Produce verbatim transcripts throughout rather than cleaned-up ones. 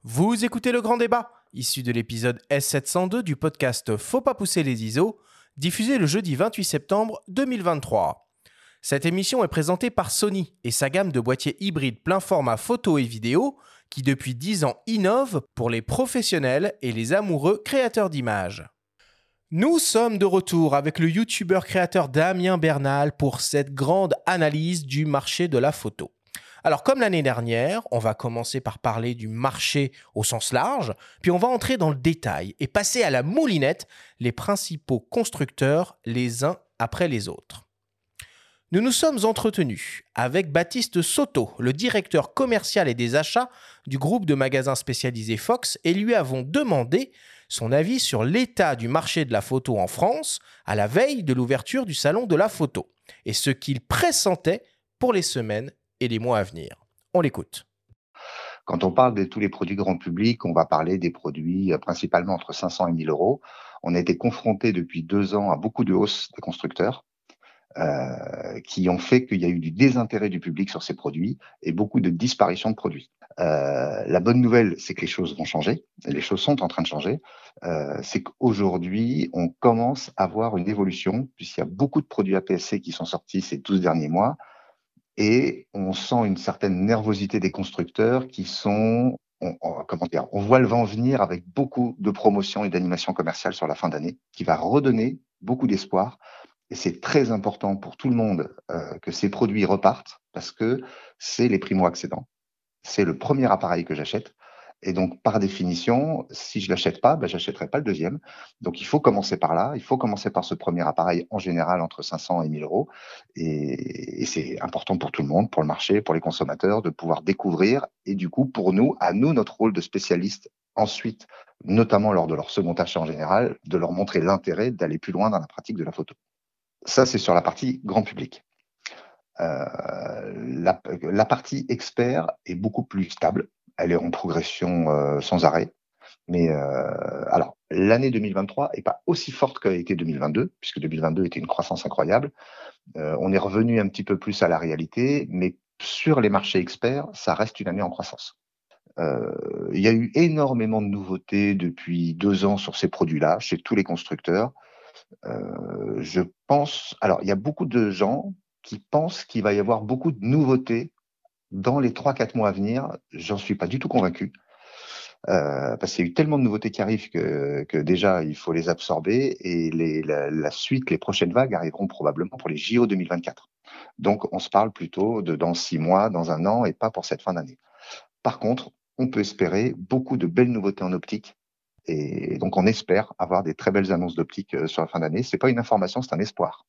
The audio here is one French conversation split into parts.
Vous écoutez Le Grand Débat, issu de l'épisode S sept cent deux du podcast Faut pas pousser les I S O, diffusé le jeudi vingt-huit septembre deux mille vingt-trois. Cette émission est présentée par Sony et sa gamme de boîtiers hybrides plein format photo et vidéo qui depuis dix ans innove pour les professionnels et les amoureux créateurs d'images. Nous sommes de retour avec le youtubeur créateur Damien Bernal pour cette grande analyse du marché de la photo. Alors comme l'année dernière, on va commencer par parler du marché au sens large, puis on va entrer dans le détail et passer à la moulinette les principaux constructeurs les uns après les autres. Nous nous sommes entretenus avec Baptiste Soto, le directeur commercial et des achats du groupe de magasins spécialisés Fox, et lui avons demandé son avis sur l'état du marché de la photo en France à la veille de l'ouverture du salon de la photo et ce qu'il pressentait pour les semaines et les mois à venir. On l'écoute. Quand on parle de tous les produits grand public, on va parler des produits principalement entre cinq cents et mille euros. On a été confronté depuis deux ans à beaucoup de hausses des constructeurs euh, qui ont fait qu'il y a eu du désintérêt du public sur ces produits et beaucoup de disparition de produits. Euh, la bonne nouvelle, c'est que les choses vont changer. Les choses sont en train de changer. Euh, c'est qu'aujourd'hui, on commence à voir une évolution puisqu'il y a beaucoup de produits A P S C qui sont sortis ces douze derniers mois. Et on sent une certaine nervosité des constructeurs qui sont, on, on, comment dire, on voit le vent venir avec beaucoup de promotions et d'animations commerciales sur la fin d'année, qui va redonner beaucoup d'espoir. Et c'est très important pour tout le monde euh, que ces produits repartent parce que c'est les primo-accédants. C'est le premier appareil que j'achète. Et donc, par définition, si je l'achète pas, ben, j'achèterai pas le deuxième. Donc, il faut commencer par là. Il faut commencer par ce premier appareil, en général, entre cinq cents et mille euros. Et, et c'est important pour tout le monde, pour le marché, pour les consommateurs, de pouvoir découvrir. Et du coup, pour nous, à nous, notre rôle de spécialiste, ensuite, notamment lors de leur second achat en général, de leur montrer l'intérêt d'aller plus loin dans la pratique de la photo. Ça, c'est sur la partie grand public. Euh, la, la partie expert est beaucoup plus stable. Elle est en progression euh, sans arrêt. Mais euh, alors, l'année deux mille vingt-trois n'est pas aussi forte qu'a été deux mille vingt-deux, puisque deux mille vingt-deux était une croissance incroyable. Euh, on est revenu un petit peu plus à la réalité, mais sur les marchés experts, ça reste une année en croissance. Euh, il y a eu énormément de nouveautés depuis deux ans sur ces produits-là, chez tous les constructeurs. Euh, je pense... Alors, il y a beaucoup de gens qui pensent qu'il va y avoir beaucoup de nouveautés dans les trois quatre mois à venir. J'en suis pas du tout convaincu. Euh, parce qu'il y a eu tellement de nouveautés qui arrivent que, que déjà, il faut les absorber. Et les, la, la suite, les prochaines vagues arriveront probablement pour les J O deux mille vingt-quatre. Donc, on se parle plutôt de dans six mois, dans un an, et pas pour cette fin d'année. Par contre, on peut espérer beaucoup de belles nouveautés en optique. Et donc, on espère avoir des très belles annonces d'optique sur la fin d'année. C'est pas une information, c'est un espoir.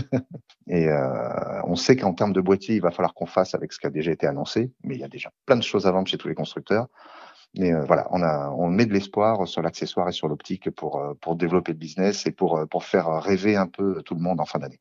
Et euh, on sait qu'en termes de boîtier, il va falloir qu'on fasse avec ce qui a déjà été annoncé, mais il y a déjà plein de choses à vendre chez tous les constructeurs. Mais euh, voilà, on a, on met de l'espoir sur l'accessoire et sur l'optique pour pour développer le business et pour pour faire rêver un peu tout le monde en fin d'année.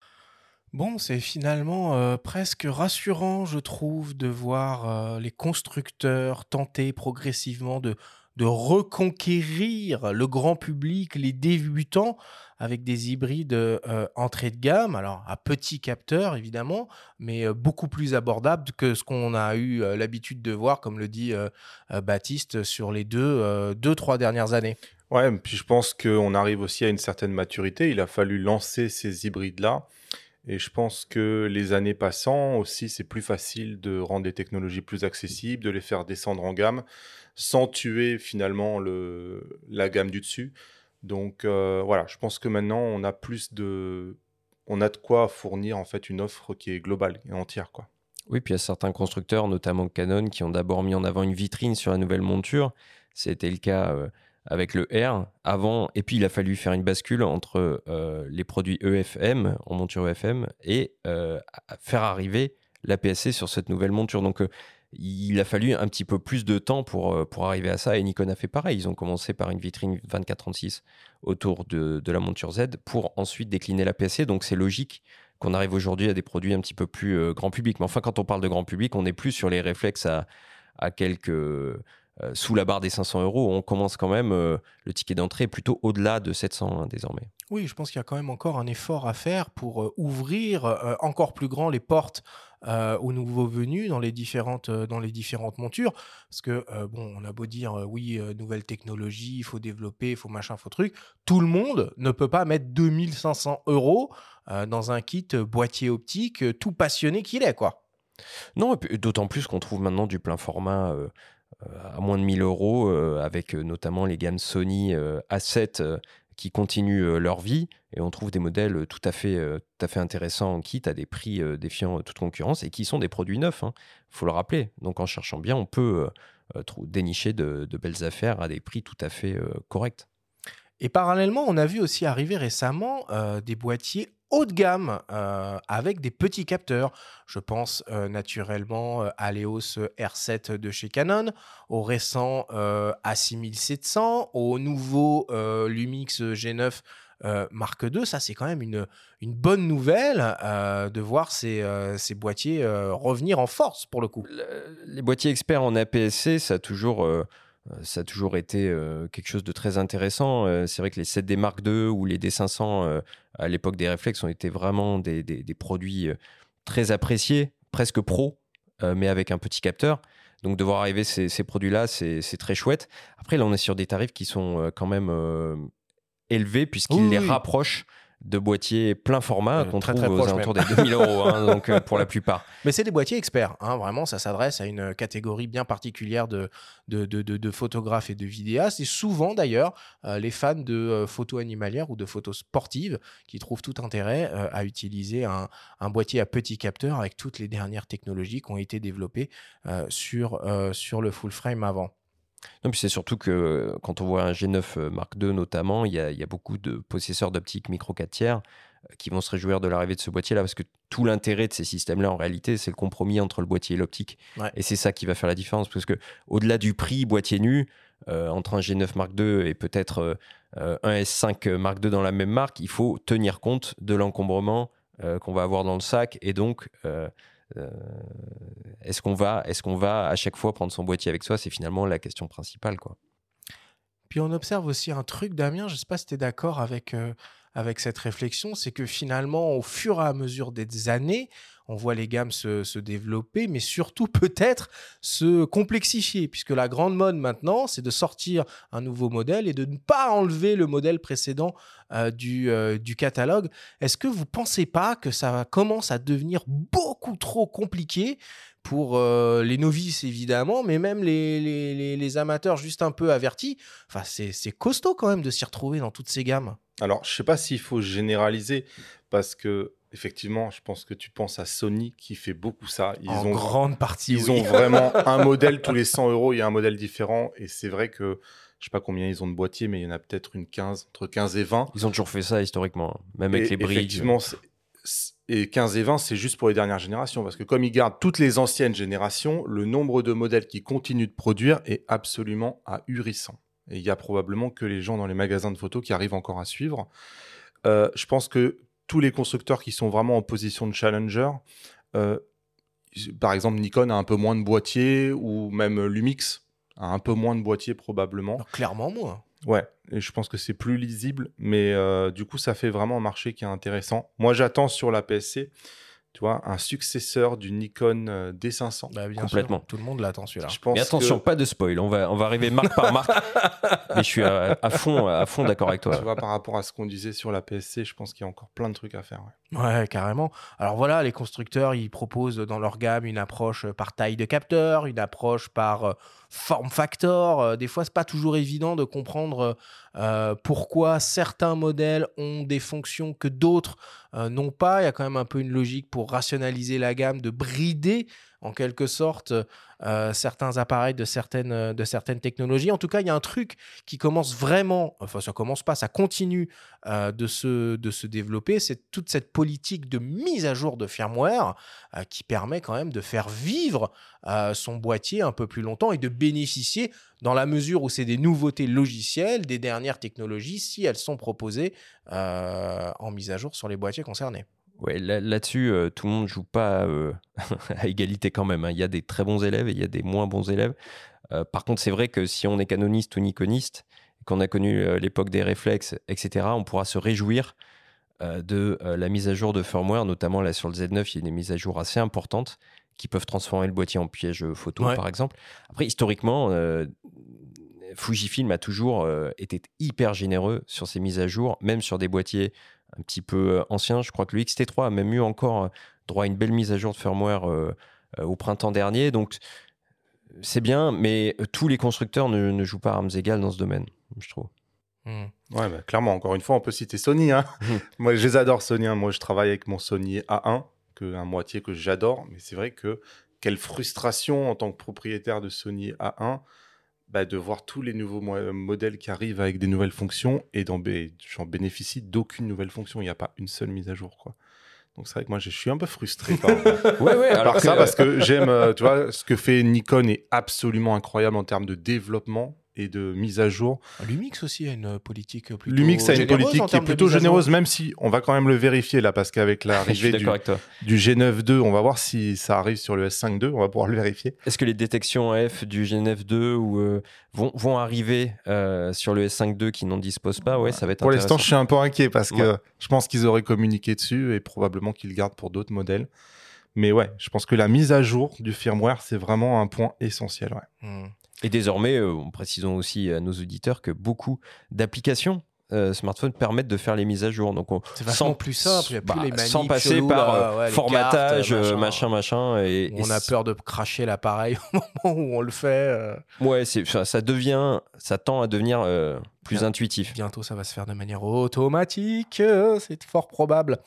Bon, c'est finalement euh, presque rassurant, je trouve, de voir euh, les constructeurs tenter progressivement de, de reconquérir le grand public, les débutants, avec des hybrides euh, entrée de gamme, alors à petit capteur évidemment, mais euh, beaucoup plus abordables que ce qu'on a eu euh, l'habitude de voir, comme le dit euh, euh, Baptiste, sur les deux, euh, deux, trois dernières années. Ouais, puis je pense qu'on arrive aussi à une certaine maturité. Il a fallu lancer ces hybrides-là. Et je pense que les années passant aussi, c'est plus facile de rendre les technologies plus accessibles, de les faire descendre en gamme, sans tuer finalement le, la gamme du dessus. Donc euh, voilà, je pense que maintenant, on a plus de... On a de quoi fournir en fait une offre qui est globale et entière, quoi. Oui, puis il y a certains constructeurs, notamment Canon, qui ont d'abord mis en avant une vitrine sur la nouvelle monture. C'était le cas euh, avec le R avant. Et puis, il a fallu faire une bascule entre euh, les produits E F M, en monture E F M, et euh, faire arriver l'A P S C sur cette nouvelle monture. Donc, euh, il a fallu un petit peu plus de temps pour, euh, pour arriver à ça. Et Nikon a fait pareil. Ils ont commencé par une vitrine vingt-quatre trente-six autour de, de la monture Z pour ensuite décliner l'A P S C. Donc, c'est logique qu'on arrive aujourd'hui à des produits un petit peu plus euh, grand public. Mais enfin, quand on parle de grand public, on n'est plus sur les réflexes à, à quelques euh, sous la barre des cinq cents euros. On commence quand même, euh, le ticket d'entrée est plutôt au-delà de sept cents hein, désormais. Oui, je pense qu'il y a quand même encore un effort à faire pour euh, ouvrir euh, encore plus grand les portes euh, aux nouveaux venus dans les différentes, euh, dans les différentes montures. Parce que, euh, bon, on a beau dire, euh, oui, euh, nouvelle technologie, il faut développer, il faut machin, il faut truc. Tout le monde ne peut pas mettre deux mille cinq cents euros euh, dans un kit euh, boîtier optique, euh, tout passionné qu'il est, quoi. Non, et puis, d'autant plus qu'on trouve maintenant du plein format euh, à moins de mille euros, euh, avec euh, notamment les gammes Sony euh, A sept euh, qui continuent euh, leur vie, et on trouve des modèles tout à fait, euh, tout à fait intéressants en kit à des prix euh, défiant toute concurrence, et qui sont des produits neufs, il hein, faut le rappeler. Donc en cherchant bien, on peut euh, trou- dénicher de, de belles affaires à des prix tout à fait euh, corrects. Et parallèlement, on a vu aussi arriver récemment euh, des boîtiers haut de gamme euh, avec des petits capteurs. Je pense euh, naturellement euh, à l'E O S R sept de chez Canon, au récent euh, A six mille sept cents, au nouveau euh, Lumix G neuf euh, Mark deux. Ça, c'est quand même une, une bonne nouvelle euh, de voir ces, euh, ces boîtiers euh, revenir en force pour le coup. Le- les boîtiers experts en A P S C, ça a toujours, euh, ça a toujours été euh, quelque chose de très intéressant. Euh, c'est vrai que les sept D Mark deux ou les D cinq cents euh, à l'époque des réflexes ont été vraiment des, des- des produits euh, très appréciés, presque pro, euh, mais avec un petit capteur. Donc de voir arriver ces, ces produits-là, c'est, c'est très chouette. Après, là, on est sur des tarifs qui sont euh, quand même euh, élevés, puisqu'ils Oui, les oui. rapprochent de boîtiers plein format Euh, qu'on très, trouve très aux proche alentours même. des deux mille euros, hein, donc euh, pour la plupart. Mais c'est des boîtiers experts, hein, vraiment, ça s'adresse à une catégorie bien particulière de, de, de, de- de photographes et de vidéastes. Et souvent, d'ailleurs, euh, les fans de euh, photos animalières ou de photos sportives qui trouvent tout intérêt euh, à utiliser un, un boîtier à petit capteur avec toutes les dernières technologies qui ont été développées euh, sur, euh, sur le full frame avant. Non, puis c'est surtout que euh, quand on voit un G neuf euh, Mark deux notamment, il y a, il y a beaucoup de possesseurs d'optique micro quatre tiers euh, qui vont se réjouir de l'arrivée de ce boîtier-là, parce que tout l'intérêt de ces systèmes-là, en réalité, c'est le compromis entre le boîtier et l'optique. Ouais. Et c'est ça qui va faire la différence, parce que au-delà du prix boîtier nu, euh, entre un G neuf Mark deux et peut-être euh, euh, un S cinq Mark deux dans la même marque, il faut tenir compte de l'encombrement euh, qu'on va avoir dans le sac, et donc euh, euh, est-ce qu'on va, est-ce qu'on va à chaque fois prendre son boîtier avec soi? C'est finalement la question principale, quoi. Puis on observe aussi un truc, Damien, je ne sais pas si tu es d'accord avec, euh, avec cette réflexion, c'est que finalement, au fur et à mesure des années, on voit les gammes se, se développer, mais surtout peut-être se complexifier, puisque la grande mode maintenant, c'est de sortir un nouveau modèle et de ne pas enlever le modèle précédent euh, du, euh, du catalogue. Est-ce que vous ne pensez pas que ça commence à devenir beaucoup trop compliqué pour euh, les novices, évidemment, mais même les, les, les, les amateurs juste un peu avertis? Enfin, c'est, c'est costaud quand même de s'y retrouver dans toutes ces gammes. Alors, je sais pas s'il faut généraliser, parce que, effectivement, je pense que tu penses à Sony qui fait beaucoup ça. Ils en ont, grande partie, ils oui. ont vraiment un modèle tous les cent euros, il y a un modèle différent. Et c'est vrai que, je sais pas combien ils ont de boîtiers, mais il y en a peut-être une quinze, entre quinze et vingt. Ils ont toujours fait ça historiquement, même avec Et les bridges. effectivement, c'est- c'est- et quinze et vingt, c'est juste pour les dernières générations. Parce que comme ils gardent toutes les anciennes générations, le nombre de modèles qui continuent de produire est absolument ahurissant. Et il y a probablement que les gens dans les magasins de photos qui arrivent encore à suivre. Euh, je pense que tous les constructeurs qui sont vraiment en position de challenger, euh, par exemple Nikon a un peu moins de boîtiers, ou même Lumix a un peu moins de boîtiers probablement. Alors, clairement, moi. Ouais, et je pense que c'est plus lisible, mais euh, du coup ça fait vraiment un marché qui est intéressant. Moi j'attends sur la P S C, tu vois, un successeur du Nikon euh, D cinq cents. Bah, bien Complètement. sûr, tout le monde l'attend celui-là. Je pense Mais attention, que, pas de spoil, on va, on va arriver marque par marque. Mais je suis à, à fond, à fond d'accord avec tu toi. vois, par rapport à ce qu'on disait sur la P S C, je pense qu'il y a encore plein de trucs à faire. Ouais. Ouais, carrément. Alors voilà, les constructeurs, ils proposent dans leur gamme une approche par taille de capteur, une approche par euh, form factor. Euh, des fois, c'est pas toujours évident de comprendre euh, pourquoi certains modèles ont des fonctions que d'autres euh, n'ont pas. Il y a quand même un peu une logique pour rationaliser la gamme, de brider en quelque sorte euh, certains appareils de certaines, de certaines technologies. En tout cas, il y a un truc qui commence vraiment, enfin ça commence pas, ça continue euh, de, se, de se développer, c'est toute cette politique de mise à jour de firmware euh, qui permet quand même de faire vivre euh, son boîtier un peu plus longtemps et de bénéficier, dans la mesure où c'est des nouveautés logicielles, des dernières technologies, si elles sont proposées euh, en mise à jour sur les boîtiers concernés. Ouais, là, là-dessus, euh, tout le monde ne joue pas euh, à égalité quand même, hein. Il y a des très bons élèves et il y a des moins bons élèves. Euh, par contre, c'est vrai que si on est canoniste ou nikoniste, qu'on a connu euh, l'époque des réflexes, et cetera, on pourra se réjouir euh, de euh, la mise à jour de firmware, notamment là sur le Z neuf, il y a des mises à jour assez importantes qui peuvent transformer le boîtier en piège photo, ouais. par exemple. Après, historiquement, euh, Fujifilm a toujours euh, été hyper généreux sur ses mises à jour, même sur des boîtiers un petit peu euh, anciens. Je crois que le X T trois a même eu encore euh, droit à une belle mise à jour de firmware euh, euh, au printemps dernier. Donc, c'est bien, mais tous les constructeurs ne, ne jouent pas à armes égales dans ce domaine, je trouve. Mmh. Ouais, bah, clairement, encore une fois, on peut citer Sony. Hein. Mmh. Moi, je les adore, Sony. Hein. Moi, je travaille avec mon Sony A un, que, un boîtier que j'adore. Mais c'est vrai que quelle frustration en tant que propriétaire de Sony A un bah, de voir tous les nouveaux mo- modèles qui arrivent avec des nouvelles fonctions et j'en bé- bénéficie d'aucune nouvelle fonction. Il n'y a pas une seule mise à jour, quoi. Donc c'est vrai que moi je suis un peu frustré par, ouais, ouais, par alors ça que... parce que j'aime, euh, tu vois, ce que fait Nikon est absolument incroyable en termes de développement et de mise à jour. Lumix aussi a une politique plutôt Lumix a une politique qui est plutôt généreuse, même même si on va quand même le vérifier là, parce qu'avec l'arrivée du, du G neuf deux, on va voir si ça arrive sur le S cinq deux, on va pouvoir le vérifier. Est-ce que les détections A F du G neuf deux ou, euh, vont, vont arriver euh, sur le S cinq deux qui n'en disposent pas? Ouais, ça va être pour intéressant. Pour l'instant, je suis un peu inquiet parce que ouais. je pense qu'ils auraient communiqué dessus et probablement qu'ils le gardent pour d'autres modèles. Mais ouais, je pense que la mise à jour du firmware, c'est vraiment un point essentiel. Ouais. Mmh. Et désormais, euh, précisons aussi à nos auditeurs que beaucoup d'applications euh, smartphones permettent de faire les mises à jour. Donc on, c'est vachement sans, plus simple, il y a plus bah, les manips sans passer chelous, par là, ouais, formatage, cartes, machin, machin. machin et, on et a peur de cracher l'appareil au moment où on le fait. Euh... Ouais, c'est, ça, ça devient, ça tend à devenir euh, plus Bien, intuitif. Bientôt, ça va se faire de manière automatique, c'est fort probable.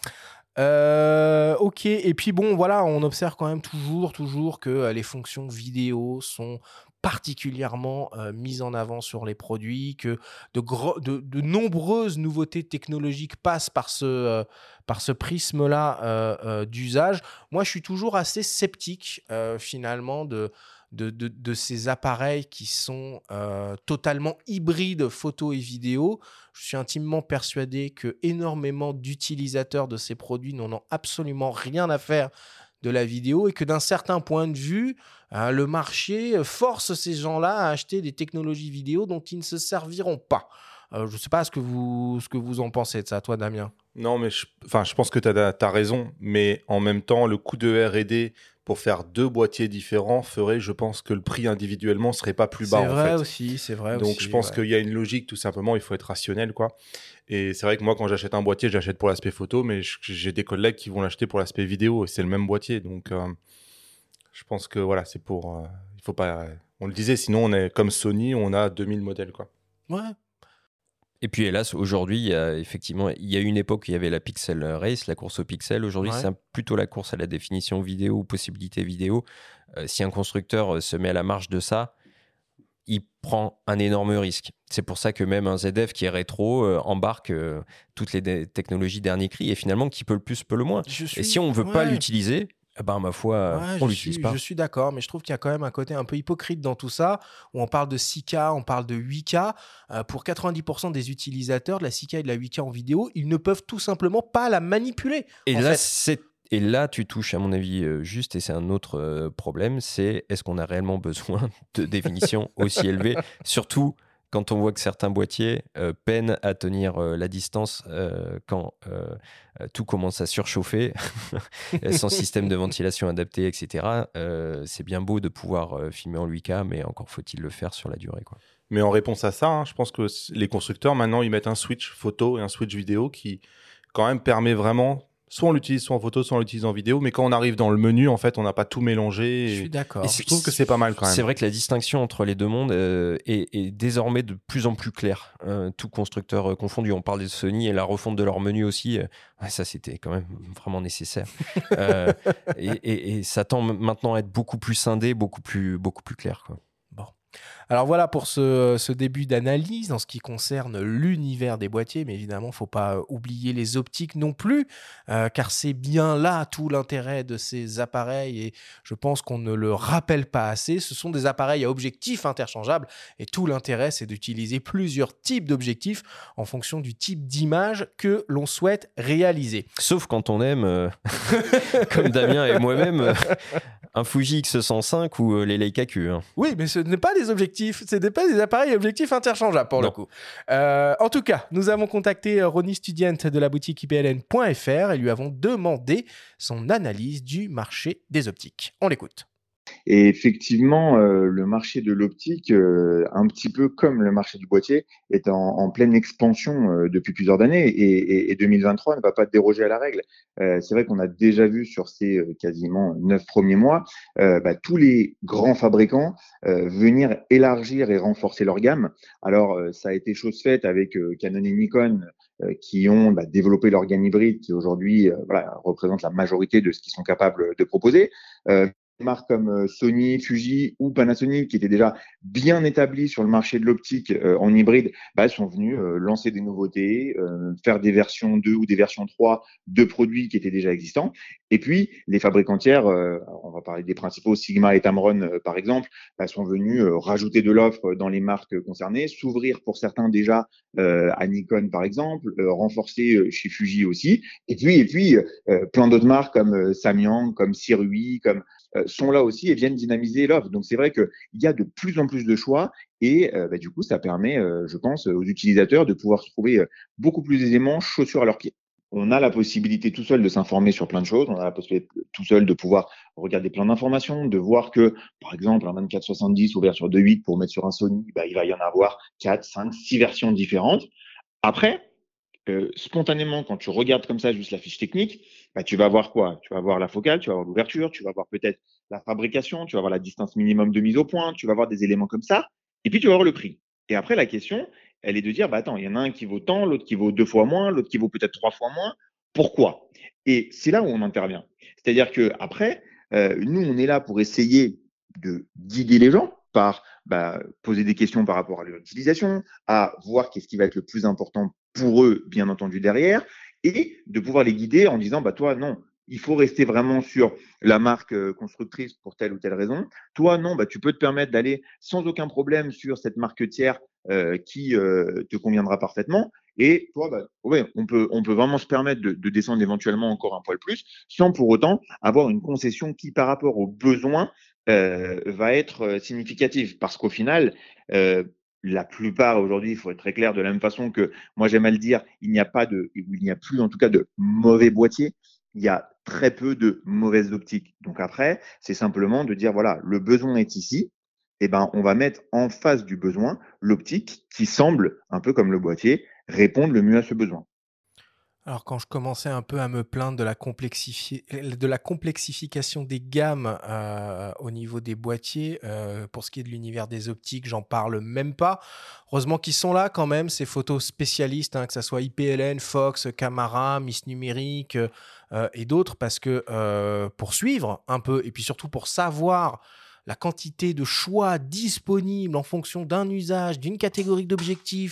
Euh, ok, et puis bon, voilà, on observe quand même toujours, toujours que euh, les fonctions vidéo sont particulièrement euh, mises en avant sur les produits, que de, gros, de, de nombreuses nouveautés technologiques passent par ce, euh, par ce prisme-là euh, euh, d'usage. Moi, je suis toujours assez sceptique, euh, finalement, de... De, de, de ces appareils qui sont euh, totalement hybrides photo et vidéo. Je suis intimement persuadé que énormément d'utilisateurs de ces produits n'en ont absolument rien à faire de la vidéo et que d'un certain point de vue, hein, le marché force ces gens-là à acheter des technologies vidéo dont ils ne se serviront pas. Euh, je ne sais pas ce que, vous, ce que vous en pensez de ça, toi, Damien. Non, mais je, je pense que tu as raison, mais en même temps, le coût de R et D pour faire deux boîtiers différents ferait, je pense, que le prix individuellement ne serait pas plus bas. C'est vrai en fait. aussi, c'est vrai Donc, aussi, je pense ouais. qu'il y a une logique, tout simplement, il faut être rationnel, quoi. Et c'est vrai que moi, quand j'achète un boîtier, j'achète pour l'aspect photo, mais j'ai des collègues qui vont l'acheter pour l'aspect vidéo, et c'est le même boîtier. Donc, euh, je pense que, voilà, c'est pour... Euh, il faut pas... On le disait, sinon, on est comme Sony, on a deux mille modèles, quoi. Ouais. Et puis hélas, aujourd'hui, il y a effectivement, il y a une époque où il y avait la Pixel Race, la course au pixel. Aujourd'hui, ouais. c'est plutôt la course à la définition vidéo ou possibilité vidéo. Euh, si un constructeur euh, se met à la marge de ça, il prend un énorme risque. C'est pour ça que même un Z F qui est rétro euh, embarque euh, toutes les dé- technologies dernier cri et finalement, qui peut le plus, peut le moins. Suis... Et si on ne veut ouais. pas l'utiliser, eh ben, ma foi, ouais, on ne l'utilise suis, pas. Je suis d'accord, mais je trouve qu'il y a quand même un côté un peu hypocrite dans tout ça, où on parle de six K, on parle de huit K. Euh, pour quatre-vingt-dix pour cent des utilisateurs de la six K et de la huit K en vidéo, ils ne peuvent tout simplement pas la manipuler. Et, en là, fait. c'est... et là, tu touches, à mon avis, euh, juste, et c'est un autre euh, problème, c'est est-ce qu'on a réellement besoin de définition aussi élevée, surtout quand on voit que certains boîtiers euh, peinent à tenir euh, la distance euh, quand euh, tout commence à surchauffer, sans système de ventilation adapté, et cetera. Euh, c'est bien beau de pouvoir euh, filmer en huit K, mais encore faut-il le faire sur la durée, quoi. Mais en réponse à ça, hein, je pense que les constructeurs, maintenant, ils mettent un switch photo et un switch vidéo qui, quand même, permet vraiment... Soit on l'utilise soit en photo, soit on l'utilise en vidéo, mais quand on arrive dans le menu, en fait, on n'a pas tout mélangé. Et... Je suis d'accord. Et je trouve que c'est pas mal quand même. C'est vrai que la distinction entre les deux mondes euh, est, est désormais de plus en plus claire. Euh, tout constructeur euh, confondu. On parle de Sony et la refonte de leur menu aussi. Euh, ouais, ça, c'était quand même vraiment nécessaire. euh, et, et, et ça tend maintenant à être beaucoup plus scindé, beaucoup plus, beaucoup plus clair, quoi. Bon. Alors voilà pour ce, ce début d'analyse en ce qui concerne l'univers des boîtiers, mais évidemment, il ne faut pas oublier les optiques non plus, euh, car c'est bien là tout l'intérêt de ces appareils et je pense qu'on ne le rappelle pas assez. Ce sont des appareils à objectifs interchangeables et tout l'intérêt, c'est d'utiliser plusieurs types d'objectifs en fonction du type d'image que l'on souhaite réaliser. Sauf quand on aime, euh, comme Damien et moi-même, euh, un Fuji X cent cinq ou euh, les Leica Q. Hein. Oui, mais ce n'est pas des objectifs, ce n'est pas des appareils objectifs interchangeables pour Non. le coup. Euh, en tout cas, nous avons contacté Ronnie Studient de la boutique I P L N point F R et lui avons demandé son analyse du marché des optiques. On l'écoute. Et effectivement, euh, le marché de l'optique, euh, un petit peu comme le marché du boîtier, est en, en pleine expansion euh, depuis plusieurs années et, et, et deux mille vingt-trois ne va pas déroger à la règle. Euh, c'est vrai qu'on a déjà vu sur ces euh, quasiment neuf premiers mois euh, bah, tous les grands fabricants euh, venir élargir et renforcer leur gamme. Alors, euh, ça a été chose faite avec euh, Canon et Nikon euh, qui ont bah, développé leur gamme hybride qui aujourd'hui euh, voilà, représente la majorité de ce qu'ils sont capables de proposer. Euh, Des marques comme Sony, Fuji ou Panasonic qui étaient déjà bien établies sur le marché de l'optique euh, en hybride, bah, sont venus euh, lancer des nouveautés, euh, faire des versions deux ou des versions trois de produits qui étaient déjà existants. Et puis, les fabricants tiers, euh, on va parler des principaux, Sigma et Tamron euh, par exemple, bah, sont venus euh, rajouter de l'offre dans les marques concernées, s'ouvrir pour certains déjà euh, à Nikon par exemple, euh, renforcer euh, chez Fuji aussi. Et puis, et puis euh, plein d'autres marques comme euh, Samyang, comme Sirui, comme Euh, sont là aussi et viennent dynamiser l'offre. Donc, c'est vrai qu'il y a de plus en plus de choix et euh, bah, du coup, ça permet, euh, je pense, aux utilisateurs de pouvoir se trouver euh, beaucoup plus aisément chaussures à leurs pieds. On a la possibilité tout seul de s'informer sur plein de choses. On a la possibilité tout seul de pouvoir regarder plein d'informations, de voir que, par exemple, un vingt-quatre soixante-dix ouvert sur deux huit pour mettre sur un Sony, bah, il va y en avoir quatre, cinq, six versions différentes. Après, Euh, spontanément, quand tu regardes comme ça juste la fiche technique, bah, tu vas voir quoi? Tu vas voir la focale, tu vas voir l'ouverture, tu vas voir peut-être la fabrication, tu vas voir la distance minimum de mise au point, tu vas voir des éléments comme ça, et puis tu vas voir le prix. Et après, la question, elle est de dire, bah attends, il y en a un qui vaut tant, l'autre qui vaut deux fois moins, l'autre qui vaut peut-être trois fois moins. Pourquoi? Et c'est là où on intervient. C'est-à-dire que après, euh, nous, on est là pour essayer de guider les gens par bah, poser des questions par rapport à leur utilisation, à voir qu'est-ce qui va être le plus important pour eux, bien entendu, derrière, et de pouvoir les guider en disant, bah, toi, non, il faut rester vraiment sur la marque euh, constructrice pour telle ou telle raison. Toi, non, bah, tu peux te permettre d'aller sans aucun problème sur cette marque tiers euh, qui euh, te conviendra parfaitement. Et toi, bah, ouais, on peut, on peut vraiment se permettre de, de descendre éventuellement encore un poil plus, sans pour autant avoir une concession qui, par rapport aux besoins, euh, va être significative. Parce qu'au final, euh, la plupart aujourd'hui, il faut être très clair, de la même façon que moi j'aime à le dire, il n'y a pas de, il n'y a plus en tout cas de mauvais boîtiers, il y a très peu de mauvaises optiques. Donc après, c'est simplement de dire voilà, le besoin est ici, et ben on va mettre en face du besoin l'optique qui semble, un peu comme le boîtier, répondre le mieux à ce besoin. Alors, quand je commençais un peu à me plaindre de la, complexifi- de la complexification des gammes euh, au niveau des boîtiers, euh, pour ce qui est de l'univers des optiques, j'en parle même pas. Heureusement qu'ils sont là quand même, ces photos spécialistes, hein, que ce soit I P L N, Fox, Camara, Miss Numérique euh, et d'autres, parce que euh, pour suivre un peu, et puis surtout pour savoir la quantité de choix disponibles en fonction d'un usage, d'une catégorie d'objectifs,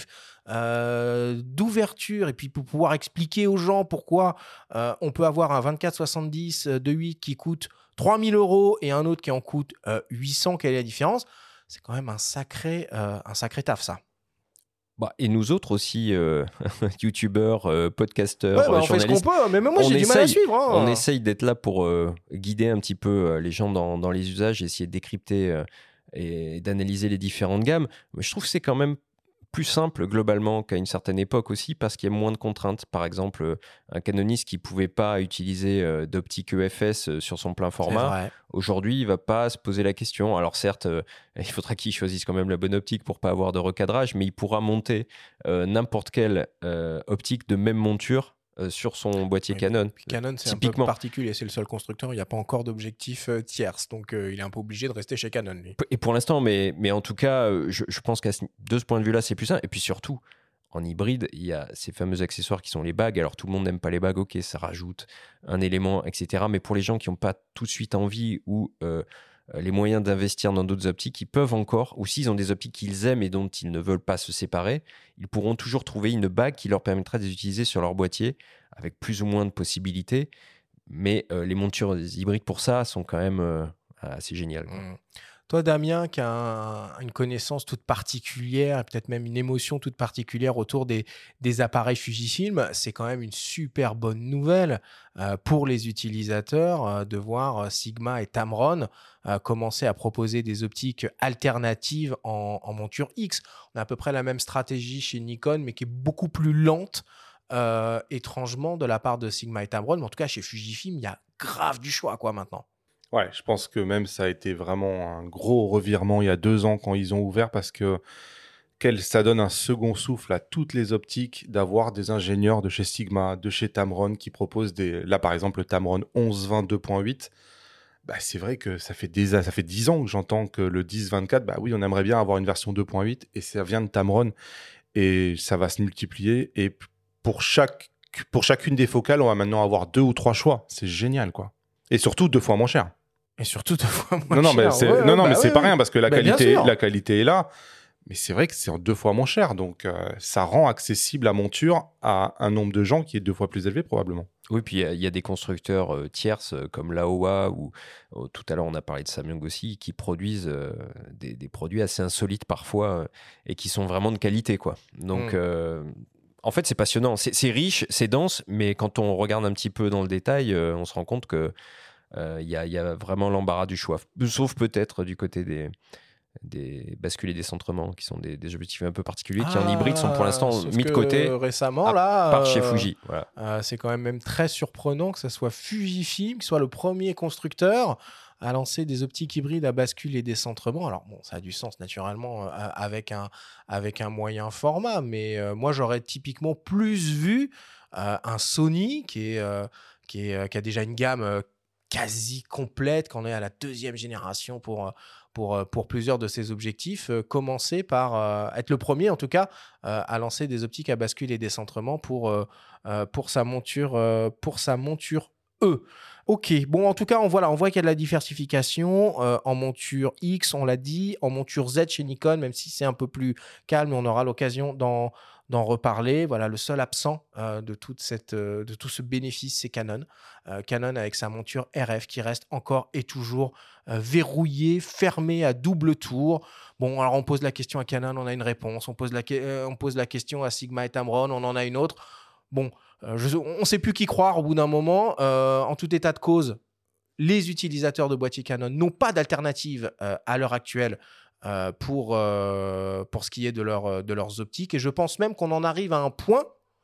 euh, d'ouverture, et puis pour pouvoir expliquer aux gens pourquoi euh, on peut avoir un vingt-quatre soixante-dix deux huit qui coûte trois mille euros et un autre qui en coûte euh, huit cents, quelle est la différence? C'est quand même un sacré, euh, un sacré taf, ça. Bah, et nous autres aussi, euh, youtubeurs, euh, podcasteurs, Ouais, bah, euh, on fait ce qu'on journalistes, peut, mais même moi on j'ai du mal à essaye- suivre. hein. on essaye d'être là pour euh, guider un petit peu euh, les gens dans, dans les usages, essayer de décrypter euh, et d'analyser les différentes gammes. Mais je trouve que c'est quand même plus simple globalement qu'à une certaine époque aussi parce qu'il y a moins de contraintes. Par exemple, euh, un canoniste qui ne pouvait pas utiliser euh, d'optique E F S euh, sur son plein C'est format, vrai. aujourd'hui, il ne va pas se poser la question. Alors certes, euh, il faudra qu'il choisisse quand même la bonne optique pour pas avoir de recadrage, mais il pourra monter euh, n'importe quelle euh, optique de même monture euh, sur son boîtier Oui, Canon. puis Canon, c'est un peu Typiquement. particulier. C'est le seul constructeur où il n'y a pas encore d'objectif euh, tierce. Donc, euh, il est un peu obligé de rester chez Canon, lui. Et pour l'instant, mais, mais en tout cas, euh, je, je pense qu'à ce, de ce point de vue-là, c'est plus simple. Et puis surtout, en hybride, il y a ces fameux accessoires qui sont les bagues. Alors tout le monde n'aime pas les bagues, ok, ça rajoute un élément, et cetera. Mais pour les gens qui n'ont pas tout de suite envie ou euh, les moyens d'investir dans d'autres optiques, ils peuvent encore, ou s'ils ont des optiques qu'ils aiment et dont ils ne veulent pas se séparer, ils pourront toujours trouver une bague qui leur permettra de les utiliser sur leur boîtier avec plus ou moins de possibilités. Mais euh, les montures hybrides pour ça sont quand même euh, assez géniales. quoi. Mmh. Toi, Damien, qui a un- une connaissance toute particulière, et peut-être même une émotion toute particulière autour des, des appareils Fujifilm, c'est quand même une super bonne nouvelle euh, pour les utilisateurs euh, de voir euh, Sigma et Tamron euh, commencer à proposer des optiques alternatives en, en monture X. On a à peu près la même stratégie chez Nikon, mais qui est beaucoup plus lente, euh, étrangement, de la part de Sigma et Tamron. Mais en tout cas, chez Fujifilm, il y a grave du choix, quoi, maintenant. Ouais, je pense que même ça a été vraiment un gros revirement il y a deux ans quand ils ont ouvert parce que quel, ça donne un second souffle à toutes les optiques d'avoir des ingénieurs de chez Sigma, de chez Tamron qui proposent des... Là, par exemple, le Tamron onze vingt deux point huit, bah, c'est vrai que ça fait, des... ça fait dix ans que j'entends que le dix vingt-quatre, bah oui, on aimerait bien avoir une version deux point huit et ça vient de Tamron et ça va se multiplier. Et p- pour, chaque... pour chacune des focales, on va maintenant avoir deux ou trois choix. C'est génial, quoi. Et surtout deux fois moins cher. Et surtout deux fois moins Non, non, mais cher. c'est Ouais, non, ouais, non, bah mais c'est oui, pas oui. rien parce que la Bah, bien qualité, sûr. la qualité est là. Mais c'est vrai que c'est en deux fois moins cher. Donc, euh, ça rend accessible la monture à un nombre de gens qui est deux fois plus élevé, probablement. Oui, puis il y a- il y, a des constructeurs euh, tierces euh, comme Laowa ou euh, tout à l'heure on a parlé de Samyang aussi qui produisent euh, des, des produits assez insolites parfois euh, et qui sont vraiment de qualité quoi. Donc Mm. euh, en fait c'est passionnant, c'est c'est riche, c'est dense, mais quand on regarde un petit peu dans le détail, euh, on se rend compte que euh, il y a, il y a vraiment l'embarras du choix. Sauf peut-être du côté des, des bascules et décentrements qui sont des, des objectifs un peu particuliers qui en hybride sont pour Ah, l'instant sauf mis de que côté récemment, à là, part chez euh, Fuji. Voilà. euh, c'est quand même, même très surprenant que ce soit Fujifilm qui soit le premier constructeur à lancer des optiques hybrides à bascule et décentrement. Alors, bon, ça a du sens naturellement euh, avec, un, avec un moyen format, mais euh, moi, j'aurais typiquement plus vu euh, un Sony qui, est, euh, qui, est, euh, qui a déjà une gamme euh, quasi complète, qu'on est à la deuxième génération pour, euh, pour, euh, pour plusieurs de ces objectifs, euh, commencer par euh, être le premier, en tout cas, euh, à lancer des optiques à bascule et décentrement pour, euh, euh, pour sa monture, euh, pour sa monture E. Ok, bon, en tout cas, on voit, là, on voit qu'il y a de la diversification euh, en monture X, on l'a dit, en monture Z chez Nikon, même si c'est un peu plus calme, on aura l'occasion d'en, d'en reparler. Voilà, le seul absent euh, de, toute cette, euh, de tout ce bénéfice, c'est Canon. Euh, Canon avec sa monture R F qui reste encore et toujours euh, verrouillée, fermée à double tour. Bon, alors on pose la question à Canon, on a une réponse. On pose la, que- euh, on pose la question à Sigma et Tamron, on en a une autre. Bon, euh, je- on ne sait plus qui croire au bout d'un moment. Euh, en tout état de cause, les utilisateurs de boîtiers Canon n'ont pas d'alternative euh, à l'heure actuelle euh, pour, euh, pour ce qui est de, leur, de leurs optiques. Et je pense même qu'on en arrive à un point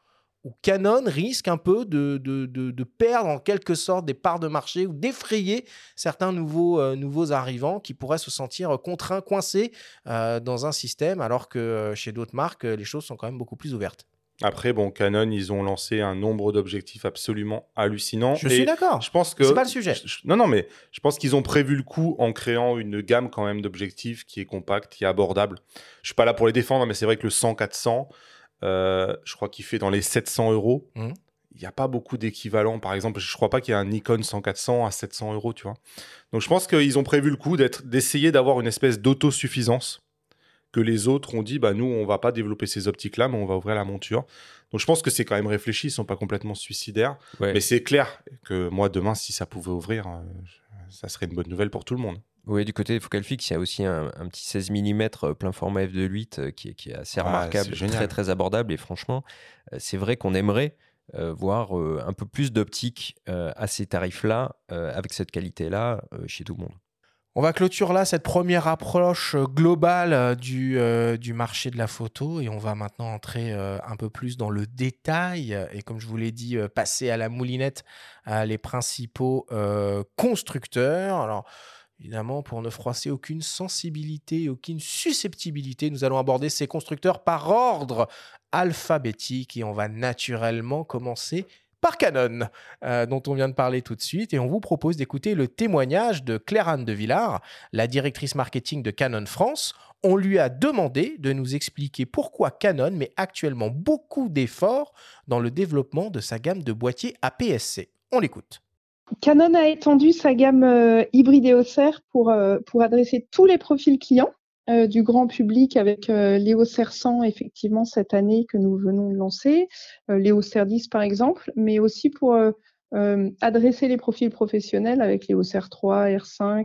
où Canon risque un peu de, de, de, de perdre en quelque sorte des parts de marché ou d'effrayer certains nouveaux, euh, nouveaux arrivants qui pourraient se sentir contraints, coincés euh, dans un système, alors que euh, chez d'autres marques, euh, les choses sont quand même beaucoup plus ouvertes. Après, bon, Canon, ils ont lancé un nombre d'objectifs absolument hallucinant. Je suis Et d'accord. je pense que C'est pas le sujet. je- je- non, non, mais je pense qu'ils ont prévu le coup en créant une gamme quand même d'objectifs qui est compacte, qui est abordable. Je suis pas là pour les défendre, mais c'est vrai que le cent quatre cents, euh, je crois qu'il fait dans les sept cents euros. Mhm. Il n'y a pas beaucoup d'équivalents. Par exemple, je crois pas qu'il y ait un Nikon cent quatre cents à sept cents euros, tu vois. Donc je pense qu'ils ont prévu le coup d'être, d'essayer d'avoir une espèce d'autosuffisance que les autres ont dit, bah nous, on va pas développer ces optiques-là, mais on va ouvrir la monture. Donc je pense que c'est quand même réfléchi, ils sont pas complètement suicidaires. Ouais. Mais c'est clair que moi, demain, si ça pouvait ouvrir, euh, ça serait une bonne nouvelle pour tout le monde. Oui, du côté des focales fixes, il y a aussi un, un petit seize millimètres plein format f deux point huit euh, qui, est- qui est assez Ah, remarquable, c'est génial. très très abordable. Et franchement, euh, c'est vrai qu'on aimerait euh, voir euh, un peu plus d'optique euh, à ces tarifs-là, euh, avec cette qualité-là, euh, chez tout le monde. On va clôturer là cette première approche euh, globale euh, du, euh, du marché de la photo et on va maintenant entrer euh, un peu plus dans le détail et comme je vous l'ai dit, euh, passer à la moulinette euh, les principaux euh, constructeurs. Alors évidemment, pour ne froisser aucune sensibilité, aucune susceptibilité, nous allons aborder ces constructeurs par ordre alphabétique et on va naturellement commencer par Canon, euh, dont on vient de parler tout de suite. Et on vous propose d'écouter le témoignage de Claire-Anne de Villard, la directrice marketing de Canon France. On lui a demandé de nous expliquer pourquoi Canon met actuellement beaucoup d'efforts dans le développement de sa gamme de boîtiers A P S C. On l'écoute. Canon a étendu sa gamme euh, hybride E O S R pour, euh, pour adresser tous les profils clients euh, du grand public avec euh, l'E O S R cent, effectivement, cette année que nous venons de lancer, euh, l'E O S R dix par exemple, mais aussi pour euh, euh, adresser les profils professionnels avec l'E O S R trois, R cinq,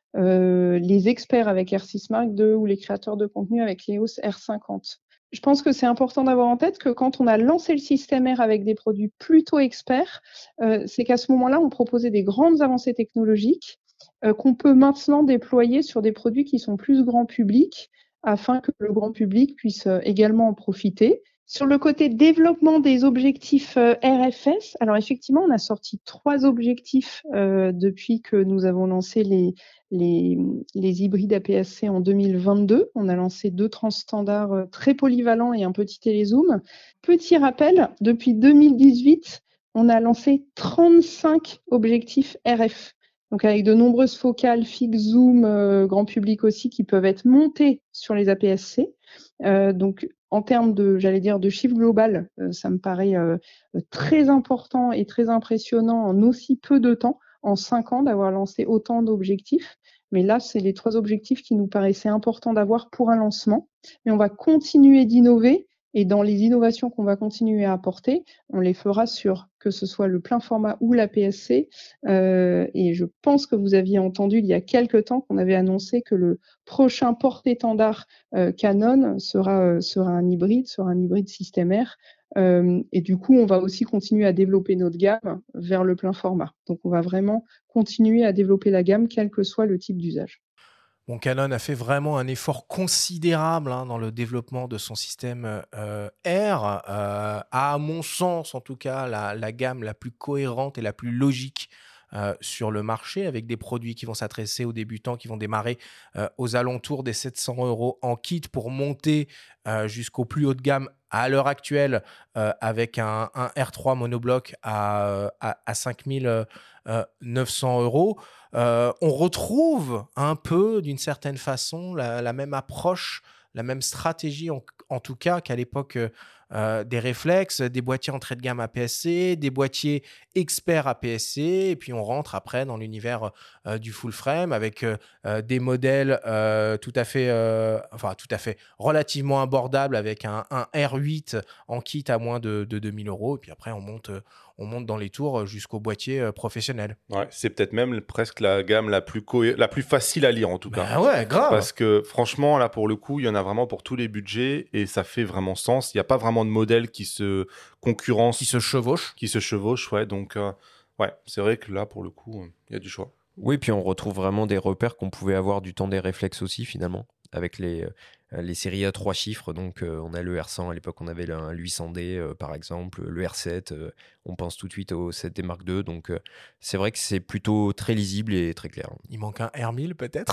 euh, les experts avec R six Mark deux ou les créateurs de contenu avec l'E O S R cinquante. Je pense que c'est important d'avoir en tête que quand on a lancé le système R avec des produits plutôt experts, euh, c'est qu'à ce moment-là, on proposait des grandes avancées technologiques euh, qu'on peut maintenant déployer sur des produits qui sont plus grand public, afin que le grand public puisse euh, également en profiter. Sur le côté développement des objectifs euh, R F S, alors effectivement, on a sorti trois objectifs euh, depuis que nous avons lancé les, les, les hybrides A P S C en deux mille vingt-deux. On a lancé deux transstandards euh, très polyvalents et un petit télézoom. Petit rappel, depuis deux mille dix-huit, on a lancé trente-cinq objectifs R F. Donc avec de nombreuses focales, fixes, zoom, euh, grand public aussi, qui peuvent être montées sur les A P S C. Euh, donc en termes de, j'allais dire, de chiffre global, euh, ça me paraît euh, très important et très impressionnant en aussi peu de temps, en cinq ans, d'avoir lancé autant d'objectifs. Mais là, c'est les trois objectifs qui nous paraissaient importants d'avoir pour un lancement. Mais on va continuer d'innover. Et dans les innovations qu'on va continuer à apporter, on les fera sur que ce soit le plein format ou l'A P S C. Euh, et je pense que vous aviez entendu il y a quelques temps qu'on avait annoncé que le prochain porte-étendard euh, Canon sera, euh, sera un hybride, sera un hybride système R. Euh, et du coup, on va aussi continuer à développer notre gamme vers le plein format. Donc, on va vraiment continuer à développer la gamme, quel que soit le type d'usage. Bon, Canon a fait vraiment un effort considérable hein, dans le développement de son système euh, R. Euh, à mon sens, en tout cas, la, la gamme la plus cohérente et la plus logique euh, sur le marché, avec des produits qui vont s'adresser aux débutants, qui vont démarrer euh, aux alentours des sept cents euros en kit pour monter euh, jusqu'au plus haut de gamme à l'heure actuelle euh, avec un, un R trois monobloc à, à, à cinq mille neuf cents euros. Euh, on retrouve un peu, d'une certaine façon, la, la même approche, la même stratégie, en, en tout cas, qu'à l'époque euh, des réflexes, des boîtiers entrée de gamme A P S C, des boîtiers experts A P S C, et puis on rentre après dans l'univers euh, du full frame avec euh, des modèles euh, tout à fait, euh, enfin tout à fait relativement abordables avec un, un R huit en kit à moins de, de deux mille euros, et puis après on monte, on monte dans les tours jusqu'au boîtier euh, professionnel. Ouais, c'est peut-être même presque la gamme la plus, co- la plus facile à lire en tout cas. Ben ouais, grave. Parce que franchement, là pour le coup, il y en a vraiment pour tous les budgets et ça fait vraiment sens. Il n'y a pas vraiment de modèle qui se concurrence. Qui se chevauche. Qui se chevauche, ouais. Donc, euh, ouais, c'est vrai que là pour le coup, il y a du choix. Oui, puis on retrouve vraiment des repères qu'on pouvait avoir du temps des réflexes aussi finalement, avec les, euh, les séries à trois chiffres. Donc euh, on a le R cent, à l'époque on avait le un huit cents D euh, par exemple, le R sept, euh, on pense tout de suite au sept D Mark deux. Donc euh, c'est vrai que c'est plutôt très lisible et très clair. Il manque un R mille peut-être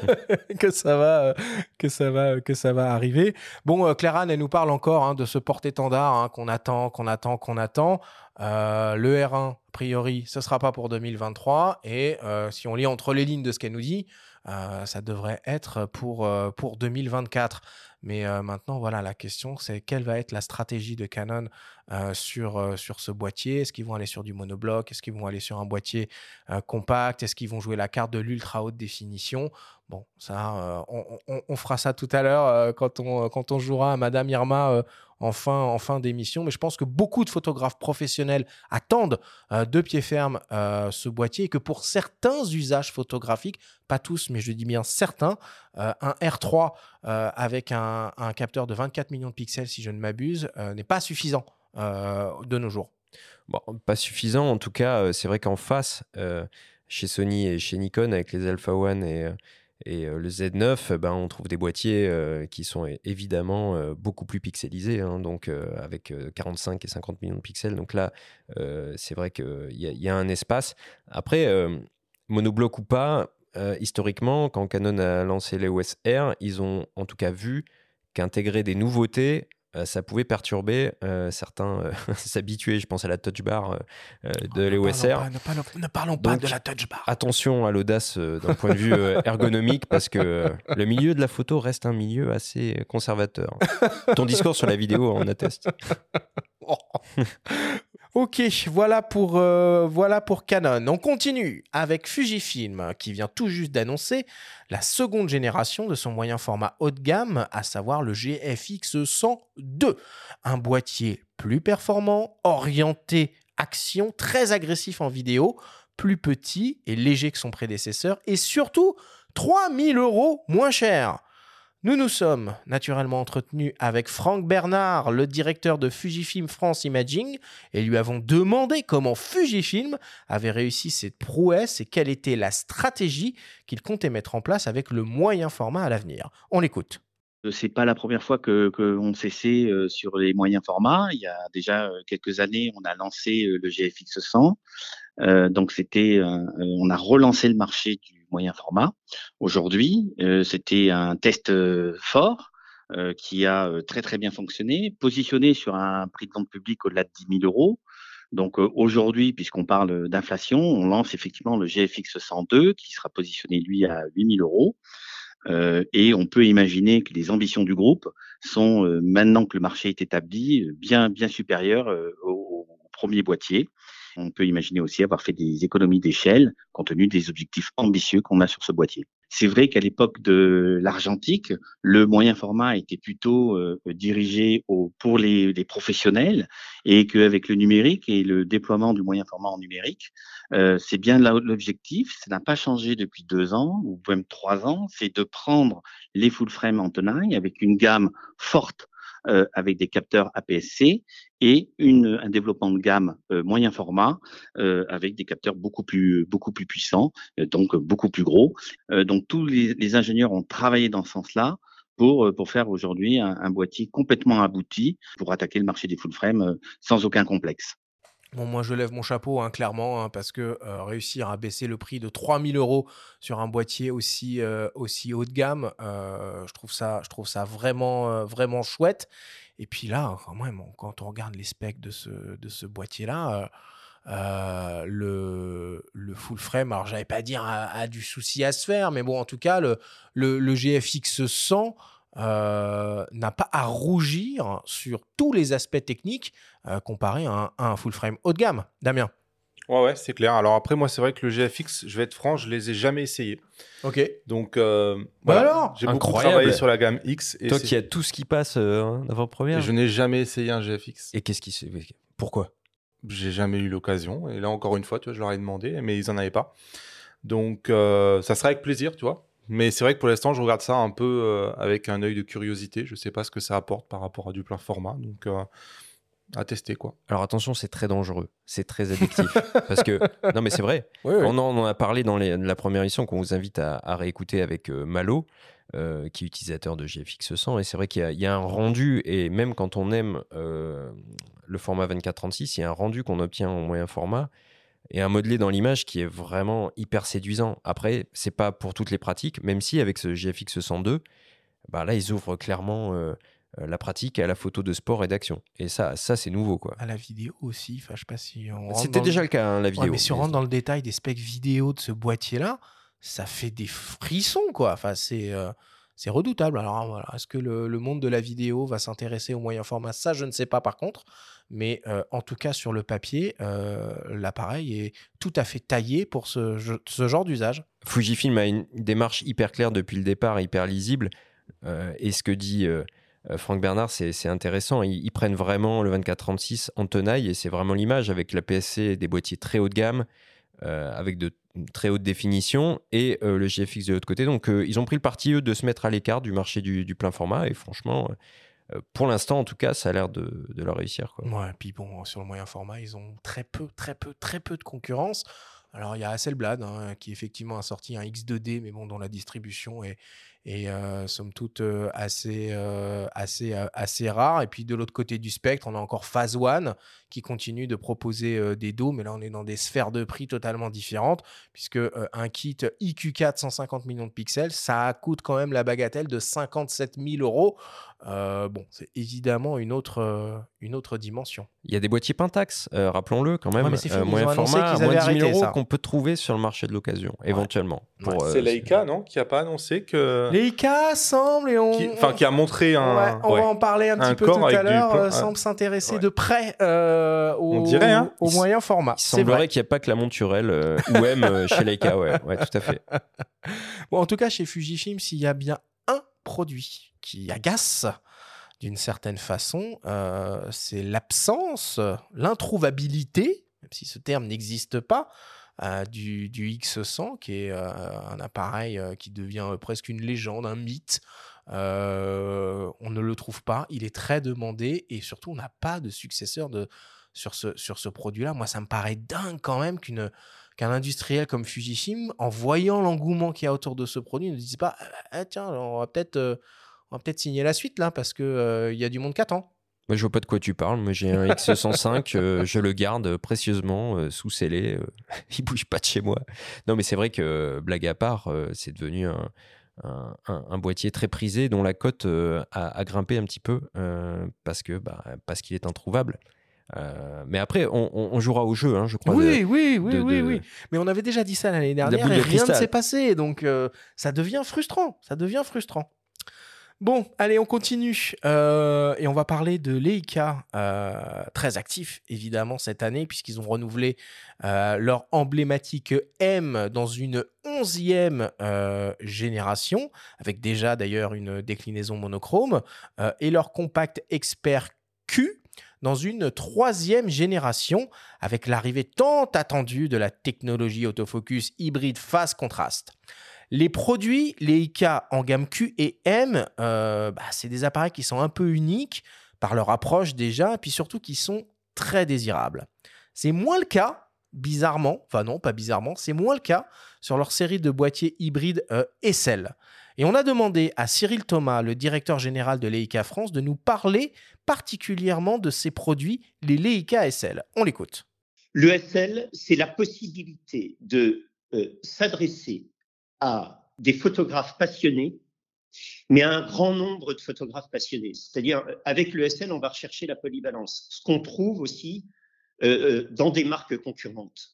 que ça va, euh, que ça va, que ça va arriver. Bon, euh, Claire Anne, elle nous parle encore hein, de ce porte-étendard hein, qu'on attend, qu'on attend, qu'on attend. Euh, le R un, a priori, ce ne sera pas pour deux mille vingt-trois. Et euh, si on lit entre les lignes de ce qu'elle nous dit, euh, ça devrait être pour, euh, pour deux mille vingt-quatre. Mais euh, maintenant, voilà, la question, c'est quelle va être la stratégie de Canon euh, sur, euh, sur ce boîtier? Est-ce qu'ils vont aller sur du monobloc? Est-ce qu'ils vont aller sur un boîtier euh, compact? Est-ce qu'ils vont jouer la carte de l'ultra haute définition? Bon, ça, euh, on, on, on fera ça tout à l'heure euh, quand, on, quand on jouera à Madame Irma euh, en fin, en fin d'émission. Mais je pense que beaucoup de photographes professionnels attendent euh, de pied ferme euh, ce boîtier et que pour certains usages photographiques, pas tous, mais je dis bien certains, euh, un R trois euh, avec un, un capteur de vingt-quatre millions de pixels, si je ne m'abuse, euh, n'est pas suffisant euh, de nos jours. Bon, pas suffisant, en tout cas, euh, c'est vrai qu'en face, euh, chez Sony et chez Nikon, avec les Alpha One et, euh, et euh, le Z neuf, ben, on trouve des boîtiers euh, qui sont évidemment euh, beaucoup plus pixelisés, hein, donc euh, avec euh, quarante-cinq et cinquante millions de pixels. Donc là, euh, c'est vrai qu'il y, y a un espace. Après, euh, monobloc ou pas, euh, historiquement, quand Canon a lancé l'E O S R, ils ont en tout cas vu qu'intégrer des nouveautés, Euh, ça pouvait perturber euh, certains euh, s'habituer. Je pense à la touch bar euh, de oh, l'E O S R. Pas, ne parlons, ne parlons pas Donc, de la touch bar. Attention à l'audace euh, d'un point de vue euh, ergonomique, parce que euh, le milieu de la photo reste un milieu assez conservateur. Ton discours sur la vidéo en atteste. Ok, voilà pour, euh, voilà pour Canon. On continue avec Fujifilm qui vient tout juste d'annoncer la seconde génération de son moyen format haut de gamme, à savoir le G F X cent deux. Un boîtier plus performant, orienté action, très agressif en vidéo, plus petit et léger que son prédécesseur et surtout trois mille euros moins cher. Nous nous sommes naturellement entretenus avec Franck Bernard, le directeur de Fujifilm France Imaging, et lui avons demandé comment Fujifilm avait réussi cette prouesse et quelle était la stratégie qu'il comptait mettre en place avec le moyen format à l'avenir. On l'écoute. C'est pas la première fois que qu'on s'essaie euh, sur les moyens formats. Il y a déjà euh, quelques années, on a lancé euh, le G F X cent. Euh, donc c'était, euh, on a relancé le marché du moyen format. Aujourd'hui, euh, c'était un test euh, fort euh, qui a euh, très très bien fonctionné, positionné sur un prix de vente public au-delà de dix mille euros. Donc euh, aujourd'hui, puisqu'on parle d'inflation, on lance effectivement le G F X cent deux qui sera positionné lui à huit mille euros. Euh, et on peut imaginer que les ambitions du groupe sont, euh, maintenant que le marché est établi, bien, bien supérieures euh, au, au premier boîtier. On peut imaginer aussi avoir fait des économies d'échelle compte tenu des objectifs ambitieux qu'on a sur ce boîtier. C'est vrai qu'à l'époque de l'argentique, le moyen format était plutôt euh, dirigé au, pour les, les professionnels et qu'avec le numérique et le déploiement du moyen format en numérique, euh, c'est bien là l'objectif. Ça n'a pas changé depuis deux ans ou même trois ans. C'est de prendre les full frame en tenaille avec une gamme forte euh, avec des capteurs A P S C et une, un développement de gamme euh, moyen format euh, avec des capteurs beaucoup plus beaucoup plus puissants, euh, donc beaucoup plus gros. Euh, donc tous les, les ingénieurs ont travaillé dans ce sens-là pour pour faire aujourd'hui un, un boîtier complètement abouti pour attaquer le marché des full frame euh, sans aucun complexe. Bon, moi, je lève mon chapeau, hein, clairement, hein, parce que euh, réussir à baisser le prix de trois mille euros sur un boîtier aussi, euh, aussi haut de gamme, euh, je trouve ça, je trouve ça vraiment, euh, vraiment chouette. Et puis là, quand même, quand on regarde les specs de ce, de ce boîtier-là, euh, euh, le, le full frame, alors j'allais pas dire a, a du souci à se faire, mais bon, en tout cas, le, le, le G F X cent euh, n'a pas à rougir sur tous les aspects techniques euh, comparé à un, à un full frame haut de gamme. Damien. Ouais, ouais, c'est clair. Alors après, moi, c'est vrai que le G F X, je vais être franc, je les ai jamais essayés. Ok. Donc, euh, bah voilà. alors, j'ai beaucoup incroyable. travaillé sur la gamme X. Et Toi c'est... qui as tout ce qui passe euh, en avant-première. Et je n'ai jamais essayé un G F X. Et qu'est-ce qui se... Pourquoi? J'ai jamais eu l'occasion. Et là, encore une fois, tu vois, je leur ai demandé, mais ils n'en avaient pas. Donc, euh, ça sera avec plaisir, tu vois. Mais c'est vrai que pour l'instant, je regarde ça un peu euh, avec un œil de curiosité. Je ne sais pas ce que ça apporte par rapport à du plein format. Donc, euh, à tester, quoi. Alors attention, c'est très dangereux. C'est très addictif. Parce que, non mais c'est vrai. Oui, oui. On, en, on en a parlé dans les, la première émission qu'on vous invite à, à réécouter avec euh, Malo, euh, qui est utilisateur de G F X cent. Et c'est vrai qu'il y a, il y a un rendu, et même quand on aime euh, le format vingt-quatre trente-six, il y a un rendu qu'on obtient en moyen format et un modelé dans l'image qui est vraiment hyper séduisant. Après, c'est pas pour toutes les pratiques, même si avec ce G F X cent deux, bah là, ils ouvrent clairement euh, la pratique à la photo de sport et d'action. Et ça, ça c'est nouveau, quoi. À la vidéo aussi, enfin, je sais pas si on rentre C'était dans déjà le... le cas, hein, la vidéo. Ouais, mais si on rentre dans le détail des specs vidéo de ce boîtier-là, ça fait des frissons, quoi. Enfin, c'est, euh, c'est redoutable. Alors voilà, est-ce que le, le monde de la vidéo va s'intéresser au moyen format? Ça, je ne sais pas par contre. Mais euh, en tout cas, sur le papier, euh, l'appareil est tout à fait taillé pour ce, ce genre d'usage. Fujifilm a une démarche hyper claire depuis le départ, hyper lisible. Euh, et ce que dit euh, Franck Bernard, c'est, c'est intéressant. Ils, ils prennent vraiment le vingt-quatre trente-six en tenaille et c'est vraiment l'image avec l'A P S C, des boîtiers très haut de gamme, euh, avec de très haute définition et euh, le G F X de l'autre côté. Donc, euh, ils ont pris le parti, eux, de se mettre à l'écart du marché du, du plein format et franchement... Euh, pour l'instant, en tout cas, ça a l'air de, de leur réussir, quoi. Ouais, puis bon, sur le moyen format, ils ont très peu, très peu, très peu de concurrence. Alors, il y a Hasselblad, hein, qui effectivement a sorti un X deux D, mais bon, dont la distribution est, est euh, somme toute euh, assez, euh, assez, euh, assez rare. Et puis, de l'autre côté du spectre, on a encore Phase One, qui continue de proposer euh, des dos, mais là, on est dans des sphères de prix totalement différentes, puisque euh, un kit I Q quatre cent cinquante millions de pixels, ça coûte quand même la bagatelle de cinquante-sept mille euros. Euh, bon, c'est évidemment une autre, euh, une autre dimension. Il y a des boîtiers Pentax, euh, rappelons-le quand même, ouais, mais c'est fini, euh, moyen ils ont annoncé format, qu'ils avaient moins de dix mille arrêté euros ça. qu'on peut trouver sur le marché de l'occasion, Ouais. éventuellement. Pour, Ouais, euh, c'est Leica, non, qui a pas annoncé que... Leica semble, et on... Qui... Enfin, qui a montré un... Ouais, on ouais. va en parler un, Un petit peu corps tout à avec du l'heure, plan- euh, semble s'intéresser Ouais. de près euh, au, On dirait, hein. au Il moyen format. Il C'est semblerait vrai. qu'il n'y a pas que la monturelle euh, O M euh, chez Leica, ouais, ouais, tout à fait. Bon, en tout cas, chez Fujifilm, s'il y a bien un produit qui agace d'une certaine façon, euh, c'est l'absence, l'introuvabilité, même si ce terme n'existe pas, euh, du, du X cent, qui est euh, un appareil euh, qui devient euh, presque une légende, un mythe. Euh, on ne le trouve pas, il est très demandé et surtout on n'a pas de successeur de, sur ce, sur ce produit-là. Moi, ça me paraît dingue quand même qu'une, qu'un industriel comme Fujifilm, en voyant l'engouement qu'il y a autour de ce produit, ne dise pas ah, tiens, on va peut-être euh, on va peut-être signer la suite là parce qu'il euh, y a du monde qui attend. Moi, je vois pas de quoi tu parles. Moi, j'ai un X cent cinq, euh, je le garde précieusement euh, sous scellé. Euh, il bouge pas de chez moi. Non, mais c'est vrai que, blague à part, euh, c'est devenu un, un, un, un boîtier très prisé dont la cote euh, a, a grimpé un petit peu euh, parce que bah, parce qu'il est introuvable. Euh, mais après, on, on, on jouera au jeu, hein, je crois. Oui, de, oui, oui, de, oui, de, oui. Mais on avait déjà dit ça l'année la dernière boule et de rien ne cristal. s'est passé. Donc, euh, ça devient frustrant. Ça devient frustrant. Bon, allez, on continue. Euh, et on va parler de Leica, euh, très actif, évidemment, cette année, puisqu'ils ont renouvelé euh, leur emblématique M dans une onzième euh, génération, avec déjà d'ailleurs une déclinaison monochrome, euh, et leur compact Expert Q dans une troisième génération, avec l'arrivée tant attendue de la technologie autofocus hybride phase contraste. Les produits Leica en gamme Q et M, euh, bah, c'est des appareils qui sont un peu uniques par leur approche déjà, et puis surtout qui sont très désirables. C'est moins le cas, bizarrement, enfin non, pas bizarrement, c'est moins le cas sur leur série de boîtiers hybrides euh, S L. Et on a demandé à Cyril Thomas, le directeur général de Leica France, de nous parler particulièrement de ces produits, les Leica S L. On l'écoute. Le S L, c'est la possibilité de euh, s'adresser à des photographes passionnés, mais à un grand nombre de photographes passionnés. C'est-à-dire, avec le S L, on va rechercher la polyvalence, ce qu'on trouve aussi euh, dans des marques concurrentes.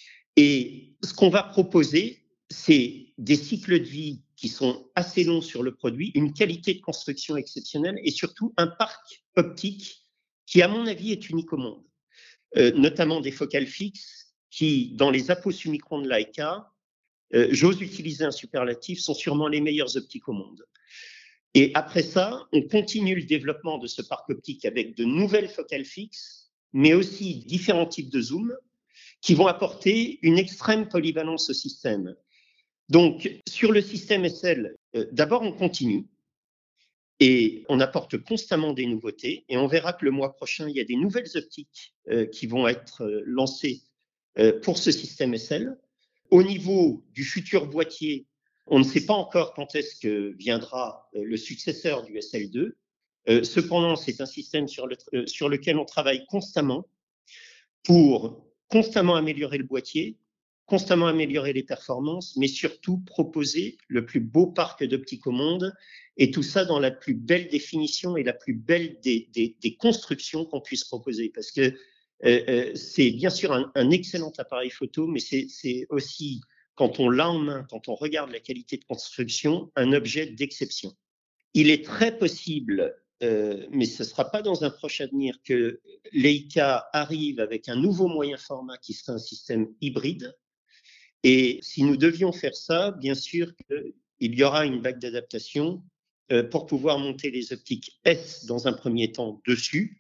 Et ce qu'on va proposer, c'est des cycles de vie qui sont assez longs sur le produit, une qualité de construction exceptionnelle et surtout un parc optique qui, à mon avis, est unique au monde. Euh, notamment des focales fixes qui, dans les aposummicrons de Leica, euh, j'ose utiliser un superlatif, sont sûrement les meilleures optiques au monde. Et après ça, on continue le développement de ce parc optique avec de nouvelles focales fixes, mais aussi différents types de zoom qui vont apporter une extrême polyvalence au système. Donc, sur le système S L, euh, d'abord, on continue. Et on apporte constamment des nouveautés et on verra que le mois prochain, il y a des nouvelles optiques euh, qui vont être euh, lancées euh, pour ce système S L. Au niveau du futur boîtier, on ne sait pas encore quand est-ce que viendra euh, le successeur du S L deux. Euh, cependant, c'est un système sur, le, euh, sur lequel on travaille constamment pour constamment améliorer le boîtier, constamment améliorer les performances, mais surtout proposer le plus beau parc d'optique au monde, et tout ça dans la plus belle définition et la plus belle des, des, des constructions qu'on puisse proposer. Parce que euh, euh, c'est bien sûr un, un excellent appareil photo, mais c'est, c'est aussi, quand on l'a en main, quand on regarde la qualité de construction, un objet d'exception. Il est très possible, euh, mais ce ne sera pas dans un proche avenir, que Leica arrive avec un nouveau moyen format qui sera un système hybride. Et si nous devions faire ça, bien sûr qu'il y aura une vague d'adaptation euh, pour pouvoir monter les optiques S dans un premier temps dessus.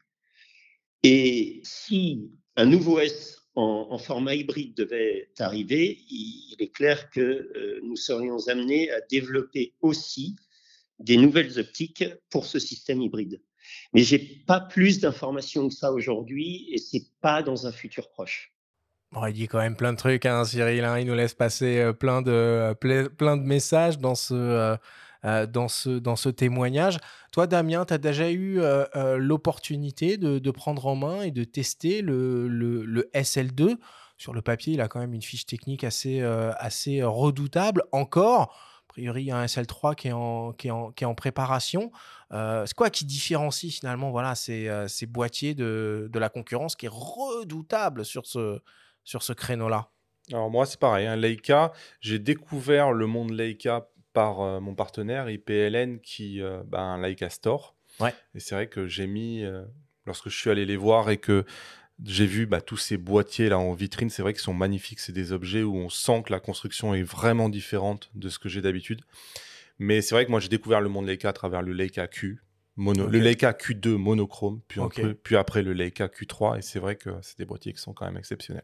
Et si un nouveau S en, en format hybride devait arriver, il, il est clair que euh, nous serions amenés à développer aussi des nouvelles optiques pour ce système hybride. Mais je n'ai pas plus d'informations que ça aujourd'hui et ce n'est pas dans un futur proche. Bon, il dit quand même plein de trucs, hein, Cyril. Hein, il nous laisse passer euh, plein, de, euh, ple- plein de messages dans ce, euh, euh, dans ce, dans ce témoignage. Toi, Damien, tu as déjà eu euh, euh, l'opportunité de, de prendre en main et de tester le, le, le S L deux. Sur le papier, il a quand même une fiche technique assez, euh, assez redoutable. Encore, a priori, il y a un S L trois qui est en, qui est en, qui est en préparation. Euh, c'est quoi qui différencie finalement voilà, ces, euh, ces boîtiers de, de la concurrence qui est redoutable sur ce sur ce créneau-là? Alors moi, c'est pareil, hein, Leica, j'ai découvert le monde Leica par euh, mon partenaire I P L N qui euh, bah, un Leica Store. Ouais. Et c'est vrai que j'ai mis, euh, lorsque je suis allé les voir et que j'ai vu bah, tous ces boîtiers là en vitrine, c'est vrai qu'ils sont magnifiques. C'est des objets où on sent que la construction est vraiment différente de ce que j'ai d'habitude. Mais c'est vrai que moi, j'ai découvert le monde Leica à travers le Leica Q, mono, Ok. le Leica Q deux monochrome, puis, Ok. après, puis après le Leica Q trois. Et c'est vrai que c'est des boîtiers qui sont quand même exceptionnels.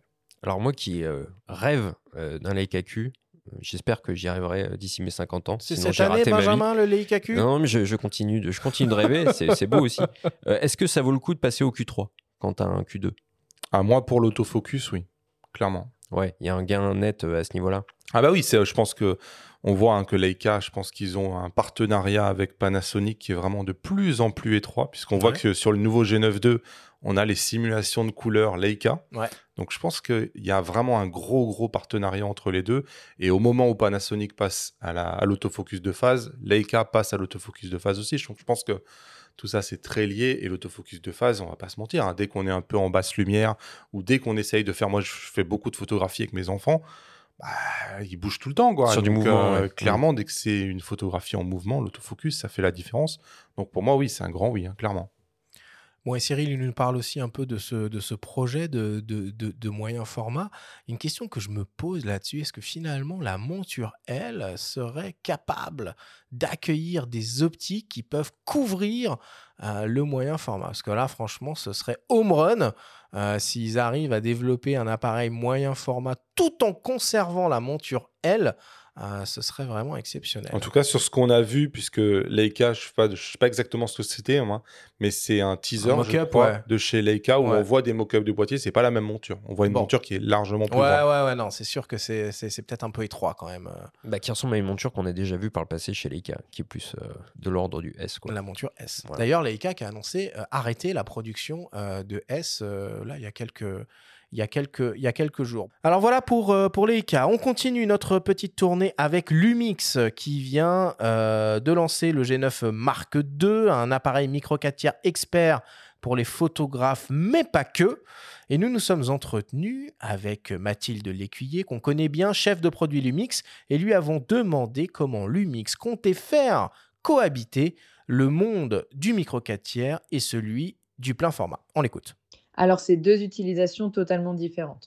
Alors moi qui euh, rêve euh, d'un Leica Q, euh, j'espère que j'y arriverai euh, d'ici mes cinquante ans. C'est sinon cette j'ai année, raté ma vie. Benjamin, le Leica Q? Non, mais je, je, continue de, je continue de rêver, c'est, c'est beau aussi. Euh, est-ce que ça vaut le coup de passer au Q trois quand tu as un Q deux? Ah, moi, pour l'autofocus, oui, clairement. Ouais, il y a un gain net euh, à ce niveau-là. Ah bah oui, c'est, je pense que on voit hein, que Leica, je pense qu'ils ont un partenariat avec Panasonic qui est vraiment de plus en plus étroit, puisqu'on ouais. voit que sur le nouveau G neuf deux, on a les simulations de couleurs Leica. Ouais. Donc je pense qu'il y a vraiment un gros, gros partenariat entre les deux. Et au moment où Panasonic passe à, la, à l'autofocus de phase, Leica passe à l'autofocus de phase aussi. Donc je pense que tout ça, c'est très lié. Et l'autofocus de phase, on va pas se mentir, hein, dès qu'on est un peu en basse lumière ou dès qu'on essaye de faire... Moi, je fais beaucoup de photographies avec mes enfants. Bah, il bouge tout le temps, quoi. Sur Donc, du mouvement, euh, ouais. clairement, dès que c'est une photographie en mouvement, l'autofocus, ça fait la différence. Donc pour moi, oui, c'est un grand oui, hein, clairement. Bon, et Cyril, il nous parle aussi un peu de ce, de ce projet de, de, de, de moyen format. Une question que je me pose là-dessus, est-ce que finalement la monture, elle, serait capable d'accueillir des optiques qui peuvent couvrir euh, le moyen format? Parce que là, franchement, ce serait home run euh, s'ils arrivent à développer un appareil moyen format tout en conservant la monture, elle. Euh, ce serait vraiment exceptionnel. En tout cas, sur ce qu'on a vu, puisque Leica, je ne sais, pas, je sais pas exactement ce que c'était, hein, mais c'est un teaser un je crois, ouais. de chez Leica où ouais. on voit des mock-ups de boîtier. Ce n'est pas la même monture. On voit une bon. monture qui est largement plus ouais, grande. Ouais, ouais, non, c'est sûr que c'est, c'est, c'est peut-être un peu étroit quand même. Bah, qui ressemble à une monture qu'on a déjà vue par le passé chez Leica, qui est plus euh, de l'ordre du S. Quoi. La monture S. Voilà. D'ailleurs, Leica qui a annoncé euh, arrêter la production euh, de S, euh, là, il y a quelques... Il y, a quelques, il y a quelques jours. Alors voilà pour, euh, pour Leica. On continue notre petite tournée avec Lumix qui vient euh, de lancer le G neuf Mark deux, un appareil micro quatre tiers expert pour les photographes, mais pas que. Et nous nous sommes entretenus avec Mathilde Lécuyer, qu'on connaît bien, chef de produit Lumix, et lui avons demandé comment Lumix comptait faire cohabiter le monde du micro quatre tiers et celui du plein format. On l'écoute. Alors, c'est deux utilisations totalement différentes.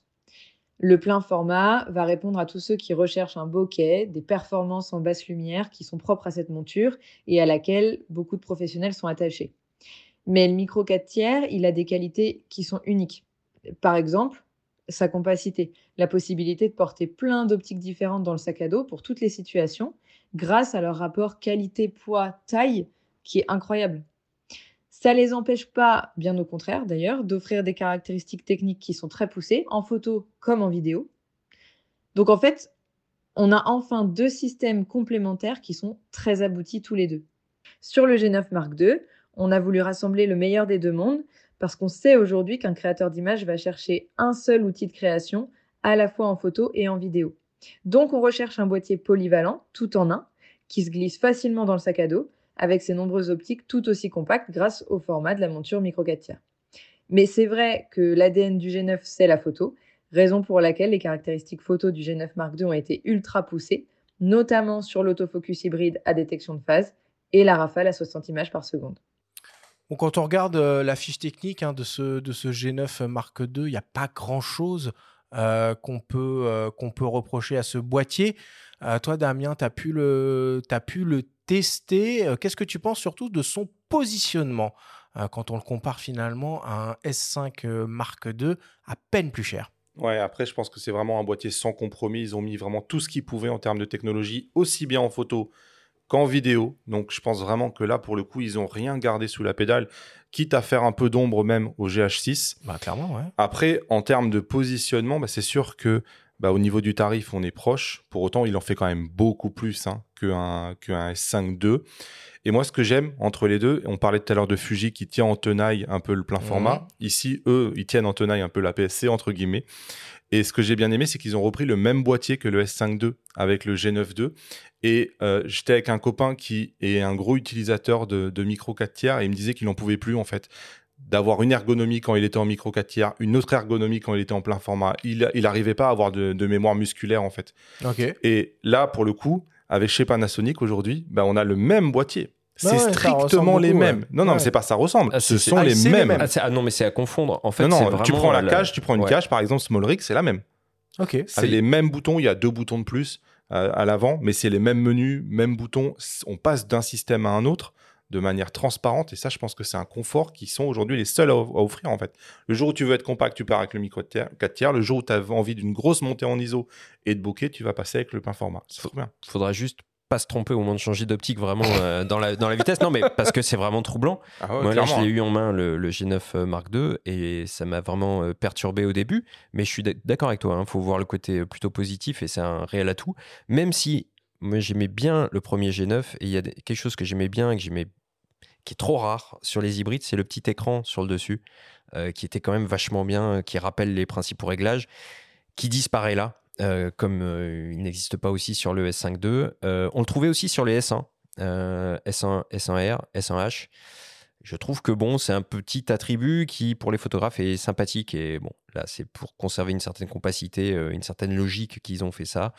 Le plein format va répondre à tous ceux qui recherchent un bokeh, des performances en basse lumière qui sont propres à cette monture et à laquelle beaucoup de professionnels sont attachés. Mais le micro quatre tiers, il a des qualités qui sont uniques. Par exemple, sa compacité, la possibilité de porter plein d'optiques différentes dans le sac à dos pour toutes les situations, grâce à leur rapport qualité-poids-taille qui est incroyable. Ça ne les empêche pas, bien au contraire d'ailleurs, d'offrir des caractéristiques techniques qui sont très poussées, en photo comme en vidéo. Donc en fait, on a enfin deux systèmes complémentaires qui sont très aboutis tous les deux. Sur le G neuf Mark deux, on a voulu rassembler le meilleur des deux mondes parce qu'on sait aujourd'hui qu'un créateur d'image va chercher un seul outil de création à la fois en photo et en vidéo. Donc on recherche un boîtier polyvalent, tout en un, qui se glisse facilement dans le sac à dos, avec ses nombreuses optiques tout aussi compactes grâce au format de la monture micro quatre tiers. Mais c'est vrai que l'A D N du G neuf, c'est la photo, raison pour laquelle les caractéristiques photo du G neuf Mark deux ont été ultra poussées, notamment sur l'autofocus hybride à détection de phase et la rafale à soixante images par seconde. Bon, quand on regarde euh, la fiche technique hein, de, ce, de ce G neuf Mark deux, il n'y a pas grand-chose euh, qu'on peut, euh, qu'on peut reprocher à ce boîtier. Euh, toi, Damien, tu as pu le, t'as pu le tester. Euh, qu'est-ce que tu penses surtout de son positionnement euh, quand on le compare finalement à un S cinq euh, Mark deux à peine plus cher? Ouais, après, je pense que c'est vraiment un boîtier sans compromis. Ils ont mis vraiment tout ce qu'ils pouvaient en termes de technologie, aussi bien en photo qu'en vidéo. Donc, je pense vraiment que là, pour le coup, ils n'ont rien gardé sous la pédale, quitte à faire un peu d'ombre même au G H six. Bah, clairement, ouais. Après, en termes de positionnement, bah, c'est sûr que bah, au niveau du tarif, on est proche. Pour autant, il en fait quand même beaucoup plus hein, qu'un, qu'un S cinq deux. Et moi, ce que j'aime entre les deux, on parlait tout à l'heure de Fuji qui tient en tenaille un peu le plein format. Mmh. Ici, eux, ils tiennent en tenaille un peu la P S C, entre guillemets. Et ce que j'ai bien aimé, c'est qu'ils ont repris le même boîtier que le S cinq deux avec le G neuf deux. Et euh, j'étais avec un copain qui est un gros utilisateur de, de micro quatre tiers et il me disait qu'il n'en pouvait plus, en fait, d'avoir une ergonomie quand il était en micro quatre tiers, une autre ergonomie quand il était en plein format. Il n'arrivait pas à avoir de, de mémoire musculaire, en fait. Okay. Et là, pour le coup, avec chez Panasonic aujourd'hui, bah, on a le même boîtier. C'est ouais, strictement les beaucoup, mêmes. Ouais. Non, non, ouais. mais c'est pas ça ressemble. Ah, Ce c'est, sont ah, les, c'est mêmes. les mêmes. Ah, ah non, mais c'est à confondre. En fait, non, non, c'est tu vraiment prends la, la cage, tu prends une ouais. cage, par exemple, SmallRig, c'est la même. Ok. C'est ah, les mêmes boutons. Il y a deux boutons de plus euh, à l'avant, mais c'est les mêmes menus, mêmes boutons. On passe d'un système à un autre. de manière transparente. Et ça, je pense que c'est un confort qui sont aujourd'hui les seuls à, à offrir en fait. Le jour où tu veux être compact, tu pars avec le micro quatre tiers. Le jour où tu as envie d'une grosse montée en I S O et de bokeh, tu vas passer avec le plein format. C'est trop bien. Faudra juste pas se tromper au moment de changer d'optique vraiment euh, dans, la, dans la vitesse. Non, mais parce que c'est vraiment troublant. Ah ouais, Moi, là, je clairement, l'ai hein. eu en main, le, le G neuf Mark deux, et ça m'a vraiment euh, perturbé au début. Mais je suis d'ac- d'accord avec toi. Il faut voir le côté euh, plutôt positif et c'est un réel atout. Même si moi, j'aimais bien le premier G neuf, et il y a des- quelque chose que j'aimais bien et que j'aimais, qui est trop rare sur les hybrides, c'est le petit écran sur le dessus, euh, qui était quand même vachement bien, euh, qui rappelle les principaux réglages, qui disparaît là, euh, comme euh, il n'existe pas aussi sur le S cinq deux. Euh, on le trouvait aussi sur les S un, euh, S un, S un R, S un H. Je trouve que bon, c'est un petit attribut qui, pour les photographes, est sympathique. Et bon, là, c'est pour conserver une certaine compacité, euh, une certaine logique qu'ils ont fait ça.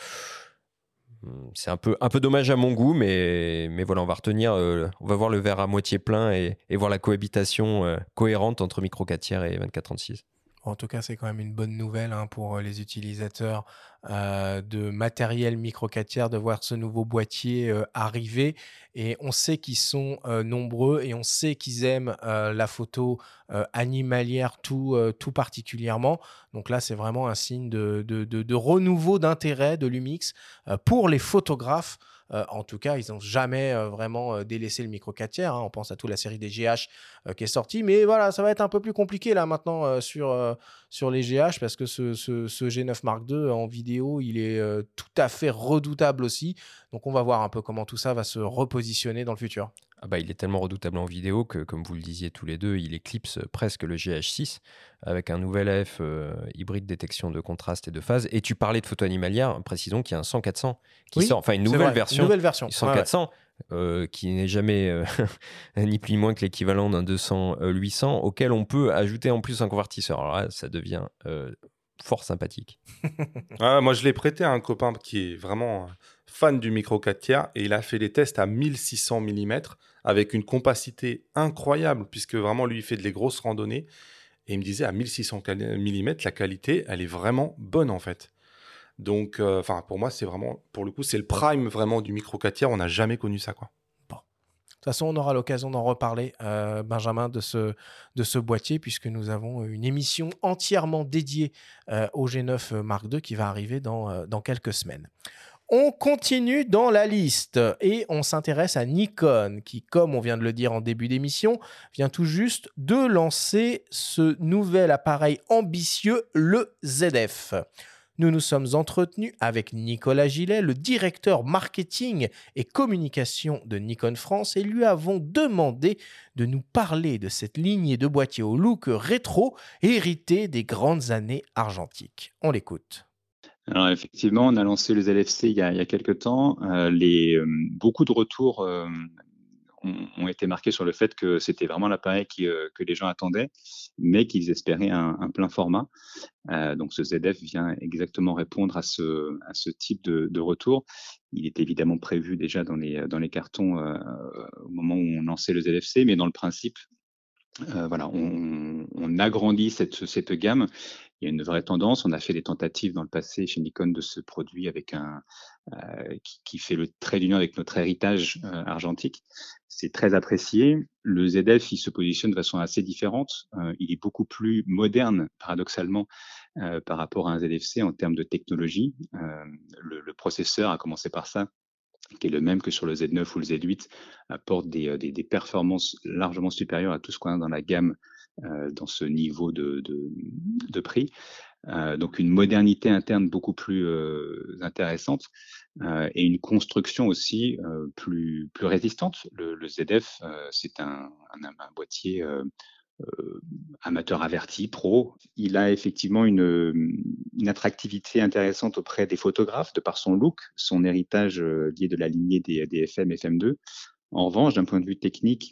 Hum, C'est un peu, un peu dommage à mon goût, mais, mais voilà, on va retenir, euh, on va voir le verre à moitié plein et, et voir la cohabitation euh, cohérente entre micro quatre tiers et vingt-quatre trente-six. En tout cas, c'est quand même une bonne nouvelle hein, pour euh, les utilisateurs euh, de matériel micro quatre tiers de voir ce nouveau boîtier euh, arriver. Et on sait qu'ils sont euh, nombreux et on sait qu'ils aiment euh, la photo euh, animalière tout, euh, tout particulièrement. Donc là, c'est vraiment un signe de, de, de- de renouveau d'intérêt de Lumix euh, pour les photographes. Euh, en tout cas, ils n'ont jamais euh, vraiment euh, délaissé le micro quatre tiers. hein. On pense à toute la série des G H euh, qui est sortie. Mais voilà, ça va être un peu plus compliqué là maintenant euh, sur, euh, sur les G H parce que ce, ce- ce G neuf Mark deux en vidéo, il est euh, tout à fait redoutable aussi. Donc on va voir un peu comment tout ça va se repositionner dans le futur. Ah bah, il est tellement redoutable en vidéo que, comme vous le disiez tous les deux, il éclipse presque le G H six avec un nouvel A F euh, hybride détection de contraste et de phase. Et tu parlais de photo animalière, précisons qu'il y a un cent quatre cents qui Oui, sort, enfin une c'est nouvelle vrai, version, une nouvelle version. cent Ouais, ouais. quatre cents, euh, qui n'est jamais euh, ni plus ni moins que l'équivalent d'un deux cents euh, huit cents, auquel on peut ajouter en plus un convertisseur. Alors là, ça devient euh, fort sympathique. Ah, moi, je l'ai prêté à un copain qui est vraiment euh, fan du micro quatre tiers et il a fait les tests à mille six cents millimètres avec une compacité incroyable puisque vraiment lui il fait de les grosses randonnées et il me disait à mille six cents millimètres la qualité elle est vraiment bonne en fait. Donc, euh, enfin pour moi c'est vraiment, pour le coup c'est le prime vraiment du micro quatre tiers, on n'a jamais connu ça quoi. Bon. De toute façon, on aura l'occasion d'en reparler, euh, Benjamin, de ce, de ce boîtier, puisque nous avons une émission entièrement dédiée euh, au G neuf Mark deux qui va arriver dans, euh, dans quelques semaines. On continue dans la liste et on s'intéresse à Nikon qui, comme on vient de le dire en début d'émission, vient tout juste de lancer ce nouvel appareil ambitieux, le Z F. Nous nous sommes entretenus avec Nicolas Gillet, le directeur marketing et communication de Nikon France, et lui avons demandé de nous parler de cette lignée de boîtiers au look rétro héritée des grandes années argentiques. On l'écoute. Alors effectivement, on a lancé le Z F C il y a, il y a quelques temps. Euh, les, euh, beaucoup de retours euh, ont, ont été marqués sur le fait que c'était vraiment l'appareil qui, euh, que les gens attendaient, mais qu'ils espéraient un, un plein format. Euh, donc ce Z F vient exactement répondre à ce, à ce type de, de retour. Il est évidemment prévu déjà dans les, dans les cartons euh, au moment où on lançait le Z F C, mais dans le principe, euh, voilà, on, on agrandit cette, cette gamme. Il y a une vraie tendance. On a fait des tentatives dans le passé chez Nikon de ce produit avec un euh, qui, qui fait le trait d'union avec notre héritage euh, argentique. C'est très apprécié. Le Z F, il se positionne de façon assez différente. Euh, il est beaucoup plus moderne, paradoxalement, euh, par rapport à un Z F C en termes de technologie. Euh, le, le processeur, a commencé par ça, qui est le même que sur le Z neuf ou le Z huit, apporte des, des, des performances largement supérieures à tout ce qu'on a dans la gamme euh, dans ce niveau de, de, de prix. Euh, donc une modernité interne beaucoup plus euh, intéressante euh, et une construction aussi euh, plus, plus résistante. Le, le Z F, euh, c'est un, un, un boîtier euh, euh, amateur averti, pro. Il a effectivement une, une attractivité intéressante auprès des photographes de par son look, son héritage euh, lié de la lignée des, des F M, F M deux. En revanche, d'un point de vue technique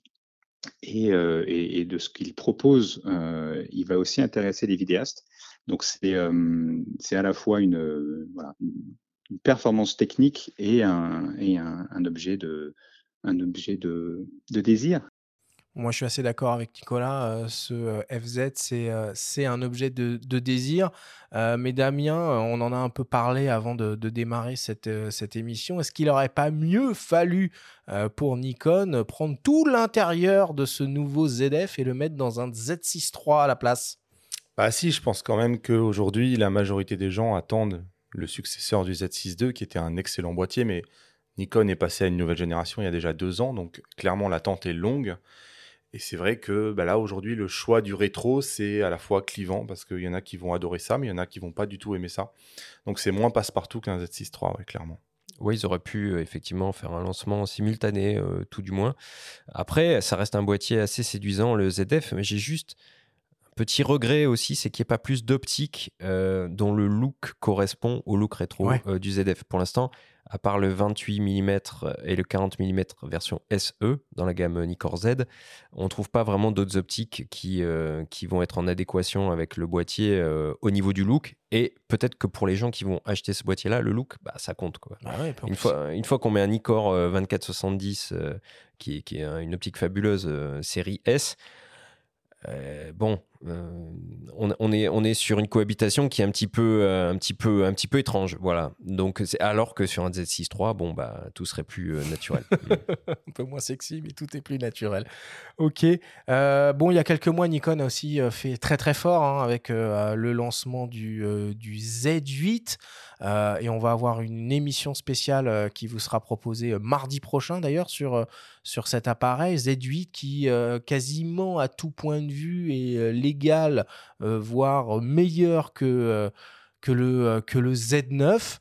et, euh, et, et de ce qu'il propose, euh, il va aussi intéresser les vidéastes. Donc c'est euh, c'est à la fois une, euh, voilà, une performance technique et un, et un, un objet de un objet de, de désir. Moi, je suis assez d'accord avec Nicolas. euh, ce euh, F Z, c'est euh, c'est un objet de, de désir. Euh, mais Damien, euh, on en a un peu parlé avant de, de démarrer cette, euh, cette émission. Est-ce qu'il n'aurait pas mieux fallu euh, pour Nikon euh, prendre tout l'intérieur de ce nouveau Z F et le mettre dans un Z six trois à la place? Bah si, je pense quand même qu'aujourd'hui, la majorité des gens attendent le successeur du Z six deux, qui était un excellent boîtier, mais Nikon est passé à une nouvelle génération il y a déjà deux ans, donc clairement l'attente est longue. Et c'est vrai que bah là, aujourd'hui, le choix du rétro, c'est à la fois clivant, parce qu'il y en a qui vont adorer ça, mais il y en a qui vont pas du tout aimer ça. Donc c'est moins passe-partout qu'un Z six trois, ouais, clairement. Oui, ils auraient pu euh, effectivement faire un lancement simultané, euh, tout du moins. Après, ça reste un boîtier assez séduisant, le Z F, mais j'ai juste un petit regret aussi, c'est qu'il n'y ait pas plus d'optique euh, dont le look correspond au look rétro Ouais. euh, du Z F. Pour l'instant, à part le vingt-huit millimètres et le quarante millimètres version S E dans la gamme Nikkor Z, on ne trouve pas vraiment d'autres optiques qui, euh, qui vont être en adéquation avec le boîtier euh, au niveau du look. Et peut-être que pour les gens qui vont acheter ce boîtier-là, le look, bah, ça compte, quoi. Bah ouais, en Une plus, fois, une fois qu'on met un Nikkor euh, vingt-quatre soixante-dix, euh, qui, est, qui est un- une optique fabuleuse, euh, série S, euh, bon, euh, on, on est, on est sur une cohabitation qui est un petit peu, euh, un petit peu, un petit peu étrange, voilà. Donc, c'est, alors que sur un Z six trois, bon bah, tout serait plus euh, naturel. un peu moins sexy, mais tout est plus naturel. Ok. Euh, bon, il y a quelques mois, Nikon a aussi euh, fait très très fort hein, avec euh, le lancement du, euh, du Z huit. Euh, et on va avoir une émission spéciale euh, qui vous sera proposée euh, mardi prochain d'ailleurs sur, euh, sur cet appareil Z huit qui euh, quasiment à tout point de vue est euh, légal, euh, voire meilleur que, euh, que, le, euh, que le Z neuf.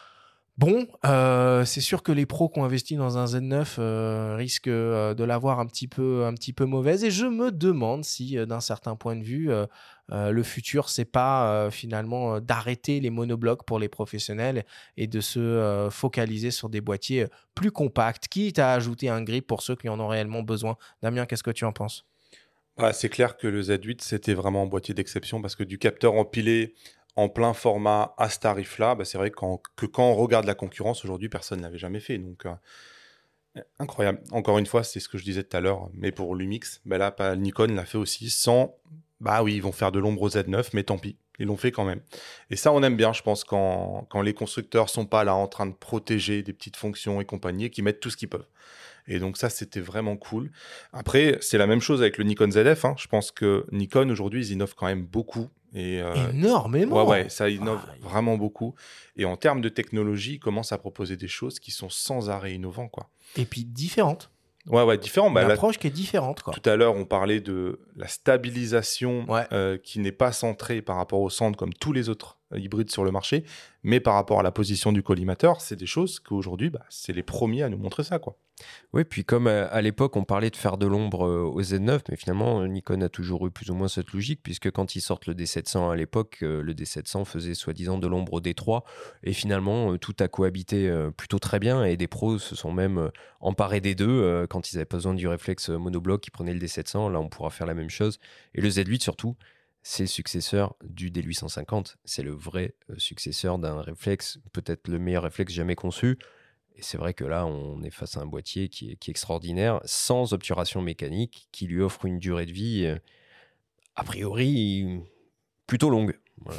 Bon, euh, c'est sûr que les pros qui ont investi dans un Z neuf euh, risquent euh, de l'avoir un petit peu, un petit peu mauvaise. Et je me demande si, euh, d'un certain point de vue, euh, euh, le futur, c'est pas euh, finalement euh, d'arrêter les monoblocs pour les professionnels et de se euh, focaliser sur des boîtiers euh, plus compacts, quitte à ajouter un grip pour ceux qui en ont réellement besoin. Damien, qu'est-ce que tu en penses? Bah, c'est clair que le Z huit, c'était vraiment un boîtier d'exception, parce que du capteur empilé en plein format à ce tarif-là, bah, c'est vrai qu'en- que quand on regarde la concurrence, aujourd'hui, personne ne l'avait jamais fait. Donc, euh, incroyable. Encore une fois, c'est ce que je disais tout à l'heure, mais pour Lumix, bah là, pas- Nikon l'a fait aussi sans. Bah oui, ils vont faire de l'ombre au Z neuf, mais tant pis, ils l'ont fait quand même. Et ça, on aime bien, je pense, quand, quand les constructeurs sont pas là en train de protéger des petites fonctions et compagnie, et qu'ils mettent tout ce qu'ils peuvent. Et donc ça, c'était vraiment cool. Après, c'est la même chose avec le Nikon Z F, hein. Je pense que Nikon, aujourd'hui, ils innovent quand même beaucoup. Et euh, ouais, Énormément. ouais, ça innove Ah, il- vraiment beaucoup. Et en termes de technologie, ils commencent à proposer des choses qui sont sans arrêt innovants, quoi. Et puis différente. Ouais, ouais, différent. Une Bah, là, approche qui est différente, quoi. tout à l'heure, on parlait de la stabilisation Ouais. euh, qui n'est pas centrée par rapport au centre comme tous les autres euh, hybrides sur le marché, mais par rapport à la position du collimateur. C'est des choses qu'aujourd'hui, bah, c'est les premiers à nous montrer ça, quoi. Oui, puis comme euh, à l'époque, on parlait de faire de l'ombre euh, au Z neuf, mais finalement, euh, Nikon a toujours eu plus ou moins cette logique, puisque quand ils sortent le D sept cents à l'époque, euh, le D sept cents faisait soi-disant de l'ombre au D trois, et finalement, euh, tout a cohabité euh, plutôt très bien, et des pros se sont même euh, emparés des deux, euh, quand ils avaient pas besoin du réflexe euh, monobloc, ils prenaient le D sept cents, là on pourra faire la même chose. Et le Z huit surtout, c'est le successeur du D huit cent cinquante, c'est le vrai euh, successeur d'un réflexe, peut-être le meilleur réflexe jamais conçu. Et c'est vrai que là, on est face à un boîtier qui est, qui est extraordinaire, sans obturation mécanique, qui lui offre une durée de vie, euh, a priori, plutôt longue. Voilà.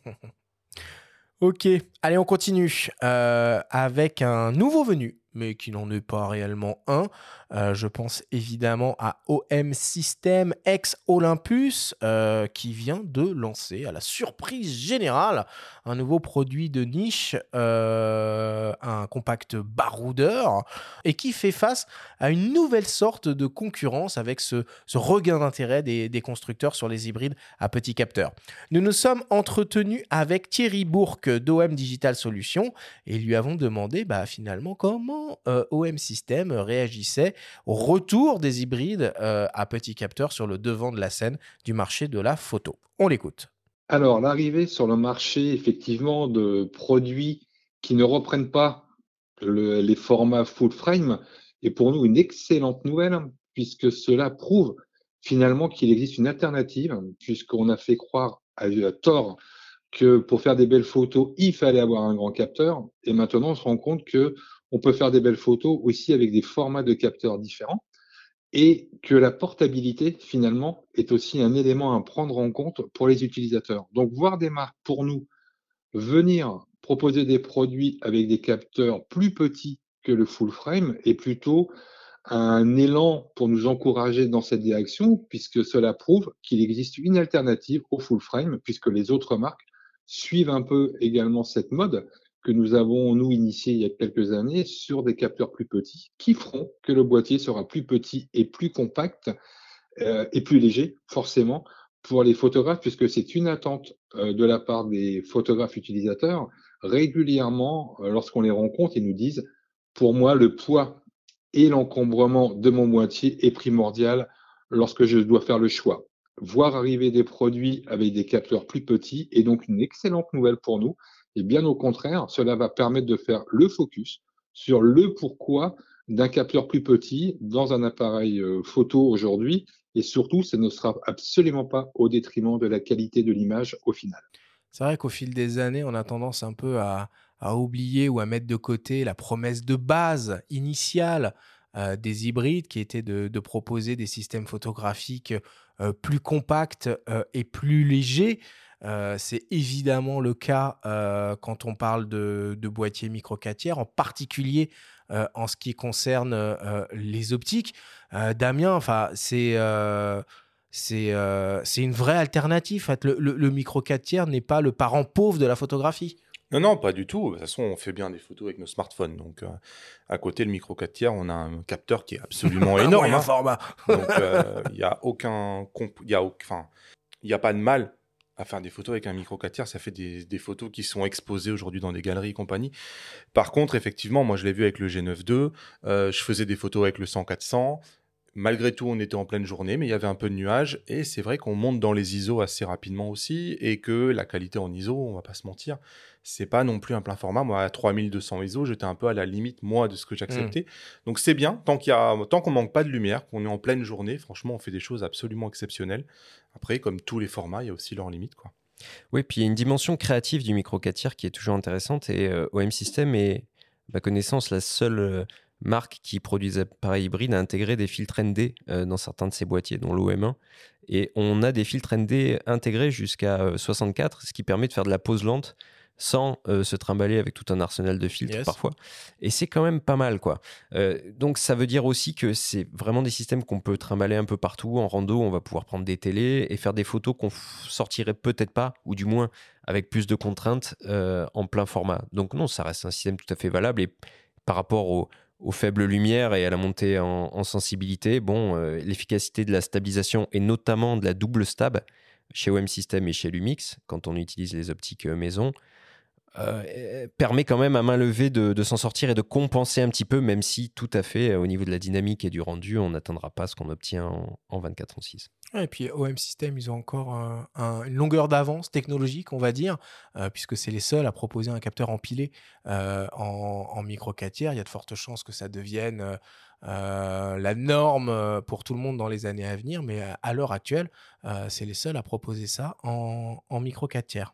Ok, allez, on continue euh, avec un nouveau venu, mais qui n'en est pas réellement un. Euh, je pense évidemment à O M System ex Olympus, euh, qui vient de lancer, à la surprise générale, un nouveau produit de niche, euh, un compact baroudeur, et qui fait face à une nouvelle sorte de concurrence avec ce, ce regain d'intérêt des, des constructeurs sur les hybrides à petit capteur. Nous nous sommes entretenus avec Thierry Bourque d'O M Digital Solutions et lui avons demandé bah, finalement comment euh, O M System réagissait au retour des hybrides euh, à petit capteur sur le devant de la scène du marché de la photo. On l'écoute. Alors, l'arrivée sur le marché, effectivement, de produits qui ne reprennent pas le- les formats full frame est pour nous une excellente nouvelle, puisque cela prouve finalement qu'il existe une alternative, puisqu'on a fait croire à, à tort que pour faire des belles photos, il fallait avoir un grand capteur. Et maintenant, on se rend compte que on peut faire des belles photos aussi avec des formats de capteurs différents. et que la portabilité, finalement, est aussi un élément à prendre en compte pour les utilisateurs. Donc, voir des marques, pour nous, venir proposer des produits avec des capteurs plus petits que le full frame est plutôt un élan pour nous encourager dans cette direction, puisque cela prouve qu'il existe une alternative au full frame, puisque les autres marques suivent un peu également cette mode que nous avons, nous, initiée il y a quelques années sur des capteurs plus petits, qui feront que le boîtier sera plus petit et plus compact euh, et plus léger, forcément, pour les photographes, puisque c'est une attente euh, de la part des photographes utilisateurs. Régulièrement, euh, lorsqu'on les rencontre, ils nous disent, pour moi, le poids et l'encombrement de mon boîtier est primordial lorsque je dois faire le choix. Voir arriver des produits avec des capteurs plus petits est donc une excellente nouvelle pour nous. Et bien au contraire, cela va permettre de faire le focus sur le pourquoi d'un capteur plus petit dans un appareil photo aujourd'hui. Et surtout, ça ne sera absolument pas au détriment de la qualité de l'image au final. C'est vrai qu'au fil des années, on a tendance un peu à, à oublier ou à mettre de côté la promesse de base initiale euh, des hybrides, qui était de, de proposer des systèmes photographiques euh, plus compacts euh, et plus légers. Euh, c'est évidemment le cas euh, quand on parle de, de boîtiers micro quatre tiers, en particulier euh, en ce qui concerne euh, les optiques. Euh, Damien, enfin, c'est... Euh, C'est euh, c'est une vraie alternative. En fait, le, le, le micro quatre tiers n'est pas le parent pauvre de la photographie. Non, non, pas du tout. De toute façon, on fait bien des photos avec nos smartphones. Donc, euh, à côté, le micro quatre tiers, on a un capteur qui est absolument énorme. Moyen hein. format. Donc, il euh, n'y a aucun... Il y a, enfin, il y a pas de mal à faire des photos avec un micro quatre tiers. Ça fait des, des photos qui sont exposées aujourd'hui dans des galeries et compagnie. Par contre, effectivement, moi, je l'ai vu avec le G neuf deux. Euh, je faisais des photos avec le cent quatre cents. Malgré tout, on était en pleine journée, mais il y avait un peu de nuages. Et c'est vrai qu'on monte dans les I S O assez rapidement aussi. Et que la qualité en I S O, on va pas se mentir, c'est pas non plus un plein format. Moi, à trois mille deux cents I S O, j'étais un peu à la limite, moi, de ce que j'acceptais. Mmh. Donc c'est bien, tant, qu'il y a, tant qu'on manque pas de lumière, qu'on est en pleine journée, franchement, on fait des choses absolument exceptionnelles. Après, comme tous les formats, il y a aussi leurs limites, quoi. Oui, puis il y a une dimension créative du micro quatre tiers qui est toujours intéressante. Et euh, O M System est, à ma connaissance, la seule... Euh, marque qui produit des appareils hybrides a intégré des filtres N D euh, dans certains de ses boîtiers, dont l'O M un. Et on a des filtres N D intégrés jusqu'à euh, soixante-quatre, ce qui permet de faire de la pose lente sans euh, se trimballer avec tout un arsenal de filtres yes. parfois. Et c'est quand même pas mal, quoi. Euh, donc ça veut dire aussi que c'est vraiment des systèmes qu'on peut trimballer un peu partout. En rando, on va pouvoir prendre des télés et faire des photos qu'on f- sortirait peut-être pas, ou du moins avec plus de contraintes euh, en plein format. Donc non, ça reste un système tout à fait valable. Et par rapport au aux faibles lumières et à la montée en, en sensibilité, bon, euh, l'efficacité de la stabilisation et notamment de la double stab chez O M System et chez Lumix, quand on utilise les optiques euh, maison, euh, permet quand même à main levée de, de s'en sortir et de compenser un petit peu, même si tout à fait, au niveau de la dynamique et du rendu, on n'atteindra pas ce qu'on obtient en, en vingt-quatre en six. Ouais, et puis O M System, ils ont encore un, un, une longueur d'avance technologique, on va dire, euh, puisque c'est les seuls à proposer un capteur empilé euh, en, en micro quatre tiers. Il y a de fortes chances que ça devienne euh, euh, la norme pour tout le monde dans les années à venir, mais à l'heure actuelle, euh, c'est les seuls à proposer ça en, en micro quatre tiers.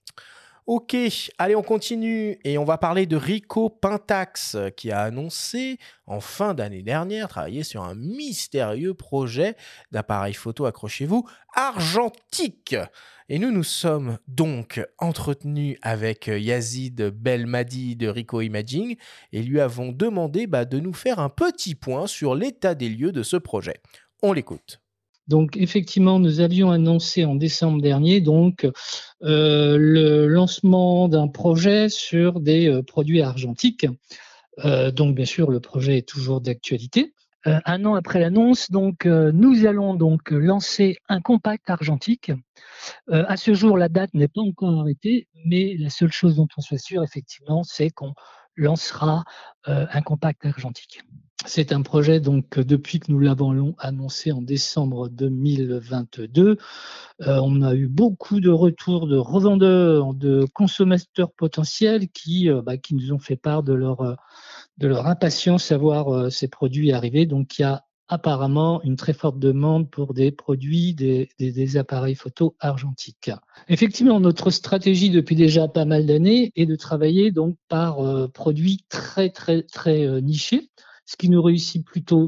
Ok, allez, on continue et on va parler de Ricoh Pentax qui a annoncé en fin d'année dernière travailler sur un mystérieux projet d'appareil photo, accrochez-vous, argentique. Et nous nous sommes donc entretenus avec Yazid Belmadi de Ricoh Imaging et lui avons demandé bah, de nous faire un petit point sur l'état des lieux de ce projet. On l'écoute. Donc effectivement, nous avions annoncé en décembre dernier donc euh, le lancement d'un projet sur des euh, produits argentiques. Euh, donc bien sûr, le projet est toujours d'actualité. Euh, un an après l'annonce, donc euh, nous allons donc lancer un compact argentique. Euh, à ce jour, la date n'est pas encore arrêtée, mais la seule chose dont on soit sûr, effectivement, c'est qu'on lancera euh, un compact argentique. C'est un projet, donc, depuis que nous l'avons annoncé en décembre deux mille vingt-deux, euh, on a eu beaucoup de retours de revendeurs, de consommateurs potentiels qui, euh, bah, qui nous ont fait part de leur, de leur impatience à voir euh, ces produits arriver. Donc, il y a apparemment une très forte demande pour des produits, des, des, des appareils photo argentiques. Effectivement, notre stratégie depuis déjà pas mal d'années est de travailler donc par euh, produits très, très, très euh, nichés, ce qui nous réussit plutôt bien,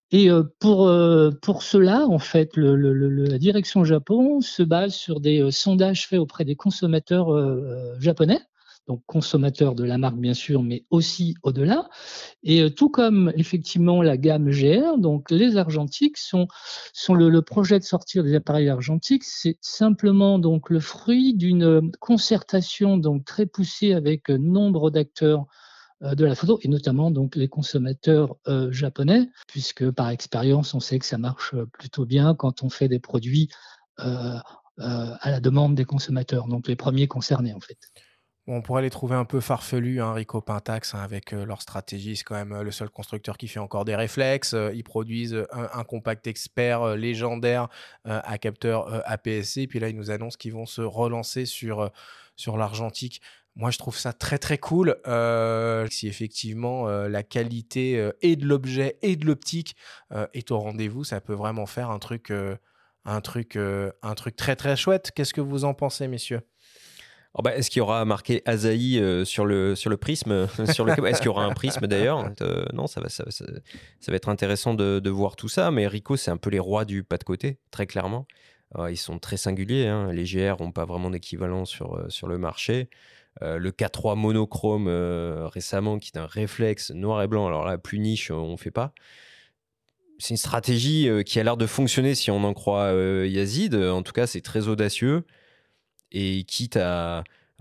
Et euh, pour, euh, pour cela, en fait, le, le- le- la direction Japon se base sur des euh, sondages faits auprès des consommateurs euh, euh, japonais, donc consommateurs de la marque bien sûr, mais aussi au-delà. Et euh, tout comme effectivement la gamme G R, donc les argentiques sont, sont le, le projet de sortir des appareils argentiques, c'est simplement donc le fruit d'une euh, concertation donc très poussée avec euh, nombre d'acteurs euh, de la photo et notamment donc les consommateurs euh, japonais, puisque par expérience on sait que ça marche euh, plutôt bien quand on fait des produits euh, euh, à la demande des consommateurs, donc les premiers concernés en fait. Bon, on pourrait les trouver un peu farfelus, hein, Ricoh Pentax, hein, avec euh, leur stratégie. C'est quand même euh, le seul constructeur qui fait encore des réflexes. Euh, ils produisent euh, un, un compact expert euh, légendaire euh, à capteur euh, A P S C. Puis là, ils nous annoncent qu'ils vont se relancer sur, euh, sur l'argentique. Moi, je trouve ça très très cool. Euh, si effectivement euh, la qualité euh, et de l'objet et de l'optique euh, est au rendez-vous, ça peut vraiment faire un truc, euh, un truc, euh, un truc très très chouette. Qu'est-ce que vous en pensez, messieurs? Oh bah, est-ce qu'il y aura marqué Asahi euh, sur, le, sur le prisme sur le... Est-ce qu'il y aura un prisme d'ailleurs euh, Non, ça va, ça, ça, ça va être intéressant de, de voir tout ça. Mais Ricoh, c'est un peu les rois du pas de côté, très clairement. Euh, ils sont très singuliers. Hein. Les G R n'ont pas vraiment d'équivalent sur, euh, sur le marché. Euh, le K trois monochrome euh, récemment, qui est un réflexe noir et blanc. Alors là, plus niche, on ne fait pas. C'est une stratégie euh, qui a l'air de fonctionner si on en croit euh, Yazid. En tout cas, c'est très audacieux. Et quitte à,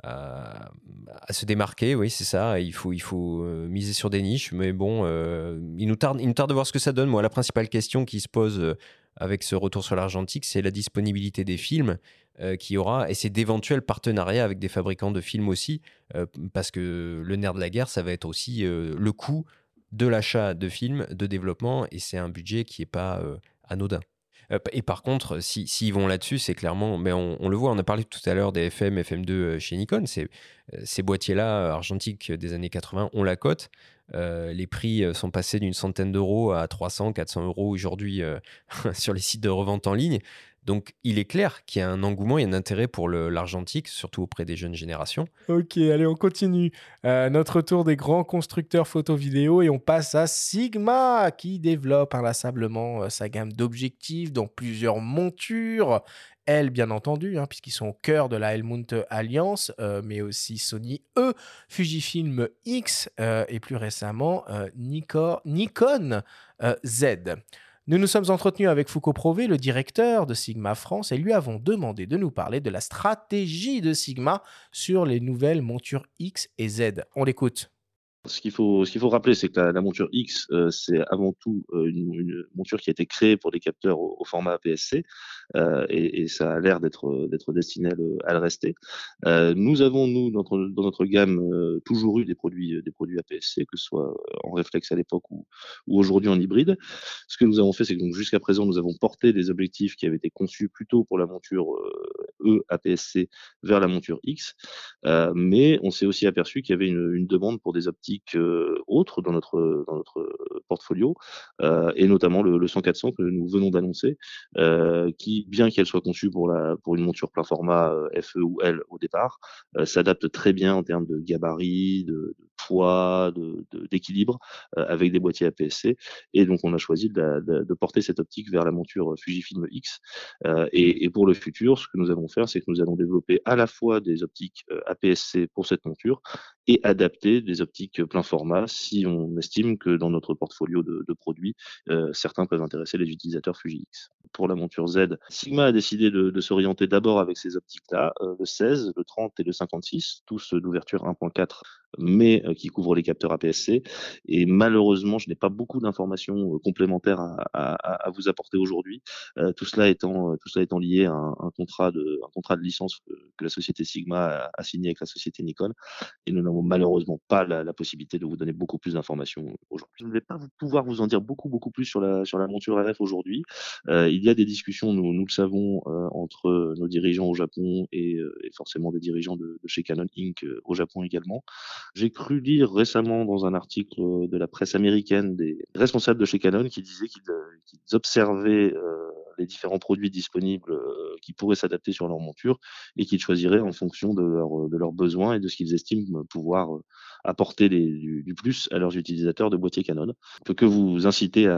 à, à se démarquer, oui, c'est ça. Il faut, il faut euh, miser sur des niches. Mais bon, euh, il, nous tarde, il nous tarde de voir ce que ça donne. Moi, la principale question qui se pose euh, avec ce retour sur l'argentique, c'est la disponibilité des films euh, qu'il y aura. Et c'est d'éventuels partenariats avec des fabricants de films aussi. Euh, parce que le nerf de la guerre, ça va être aussi euh, le coût de l'achat de films, de développement. Et c'est un budget qui n'est pas euh, anodin. Euh, Et par contre, si- s'ils vont là-dessus, c'est clairement, mais on, on le voit, on a parlé tout à l'heure des F M, F M deux euh, chez Nikon. Ces, euh, ces boîtiers-là, euh, argentiques des années quatre-vingts, on la cote. Euh, les prix euh, sont passés d'une centaine d'euros à trois cents, quatre cents euros aujourd'hui euh, sur les sites de revente en ligne. Donc, il est clair qu'il y a un engouement et un intérêt pour le- l'argentique, surtout auprès des jeunes générations. Ok, allez, on continue. Euh, notre tour des grands constructeurs photo-vidéo et on passe à Sigma qui développe inlassablement euh, sa gamme d'objectifs dans plusieurs montures. Elles, bien entendu, hein, puisqu'ils sont au cœur de la Helmut Alliance, euh, mais aussi Sony E, Fujifilm X euh, et plus récemment euh, Nico- Nikon euh, Z. Nous nous sommes entretenus avec Foucault Prové, le directeur de Sigma France, et lui avons demandé de nous parler de la stratégie de Sigma sur les nouvelles montures X et Z. On l'écoute. Ce qu'il faut, ce qu'il faut rappeler, c'est que la, la monture X, euh, c'est avant tout euh, une, une monture qui a été créée pour des capteurs au, au format A P S C, euh, et, et ça a l'air d'être d'être destiné à le, à le rester. Euh, nous avons, nous, dans notre, dans notre gamme, euh, toujours eu des produits, des produits A P S C, que ce soit en réflexe à l'époque ou, ou aujourd'hui en hybride. Ce que nous avons fait, c'est que donc, jusqu'à présent, nous avons porté des objectifs qui avaient été conçus plutôt pour la monture euh, E A P S C vers la monture X, euh, mais on s'est aussi aperçu qu'il y avait une, une demande pour des optiques euh, autres dans notre, dans notre portfolio, euh, et notamment le, le cent quatre cents que nous venons d'annoncer, euh, qui, bien qu'elle soit conçue pour, la, pour une monture plein format euh, F E ou L au départ, euh, s'adapte très bien en termes de gabarit, de, de poids, de, de, d'équilibre, euh, avec des boîtiers A P S C. Et donc, on a choisi de, la, de, de porter cette optique vers la monture Fujifilm X. Euh, et, et pour le futur, ce que nous allons faire, c'est que nous allons développer à la fois des optiques euh, A P S C pour cette monture et adapter des optiques plein format si on estime que dans notre portfolio de, de produits, euh, certains peuvent intéresser les utilisateurs Fuji X. Pour la monture Z, Sigma a décidé de, de s'orienter d'abord avec ces optiques-là, euh, le seize, le trente et le cinquante-six, tous d'ouverture un point quatre, mais euh, qui couvrent les capteurs A P S C. Et malheureusement, je n'ai pas beaucoup d'informations euh, complémentaires à, à, à vous apporter aujourd'hui. Euh, tout cela étant, euh, tout cela étant lié à un, un contrat de, un contrat de licence que, que la société Sigma a, a signé avec la société Nikon. Et nous n'avons malheureusement pas la, la possibilité de vous donner beaucoup plus d'informations aujourd'hui. Je ne vais pas vous pouvoir vous en dire beaucoup, beaucoup plus sur la, sur la monture R F aujourd'hui. Euh, il y a des discussions, nous, nous le savons, euh, entre nos dirigeants au Japon et, euh, et forcément des dirigeants de, de chez Canon Incorporated euh, au Japon également. J'ai cru lire récemment dans un article de la presse américaine des responsables de chez Canon qui disaient qu'ils, qu'ils observaient euh, les différents produits disponibles euh, qui pourraient s'adapter sur leur monture et qu'ils choisiraient en fonction de, leur, de leurs besoins et de ce qu'ils estiment pouvoir apporter des, du, du plus à leurs utilisateurs de boîtiers Canon. Je peux que vous inciter à,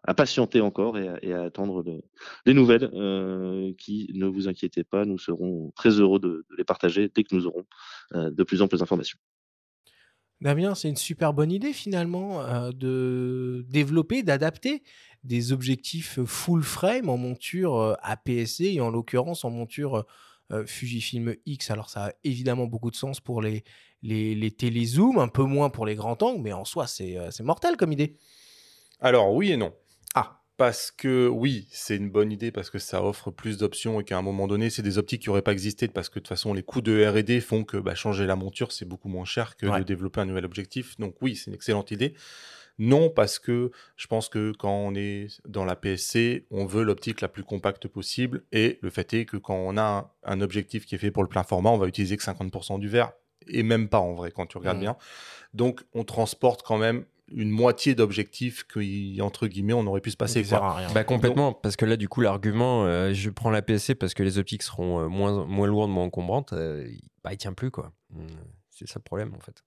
à patienter encore et à, et à attendre de, des nouvelles euh, qui, ne vous inquiétez pas, nous serons très heureux de, de les partager dès que nous aurons euh, de plus amples informations. Damien, c'est une super bonne idée finalement euh, de développer, d'adapter des objectifs full frame en monture euh, A P S C et en l'occurrence en monture euh, Fujifilm X. Alors ça a évidemment beaucoup de sens pour les, les, les télézooms, un peu moins pour les grands angles, mais en soi c'est euh, c'est mortel comme idée. Alors oui et non. Ah, Parce que oui, c'est une bonne idée parce que ça offre plus d'options et qu'à un moment donné, c'est des optiques qui n'auraient pas existé parce que de toute façon, les coûts de R et D font que bah, changer la monture, c'est beaucoup moins cher que Ouais. de développer un nouvel objectif. Donc oui, c'est une excellente idée. Non, parce que je pense que quand on est dans la P S C, on veut l'optique la plus compacte possible et le fait est que quand on a un, un objectif qui est fait pour le plein format, on va utiliser que cinquante pour cent du verre et même pas en vrai quand tu regardes Mmh. bien. Donc on transporte quand même une moitié d'objectifs qui, entre guillemets, on aurait pu se passer. qui sert Quoi. à rien. Bah complètement, parce que là du coup l'argument, euh, je prends la P S C parce que les optiques seront euh, moins, moins lourdes, moins encombrantes, euh, il- bah il tient plus quoi. Hum, C'est ça le problème en fait.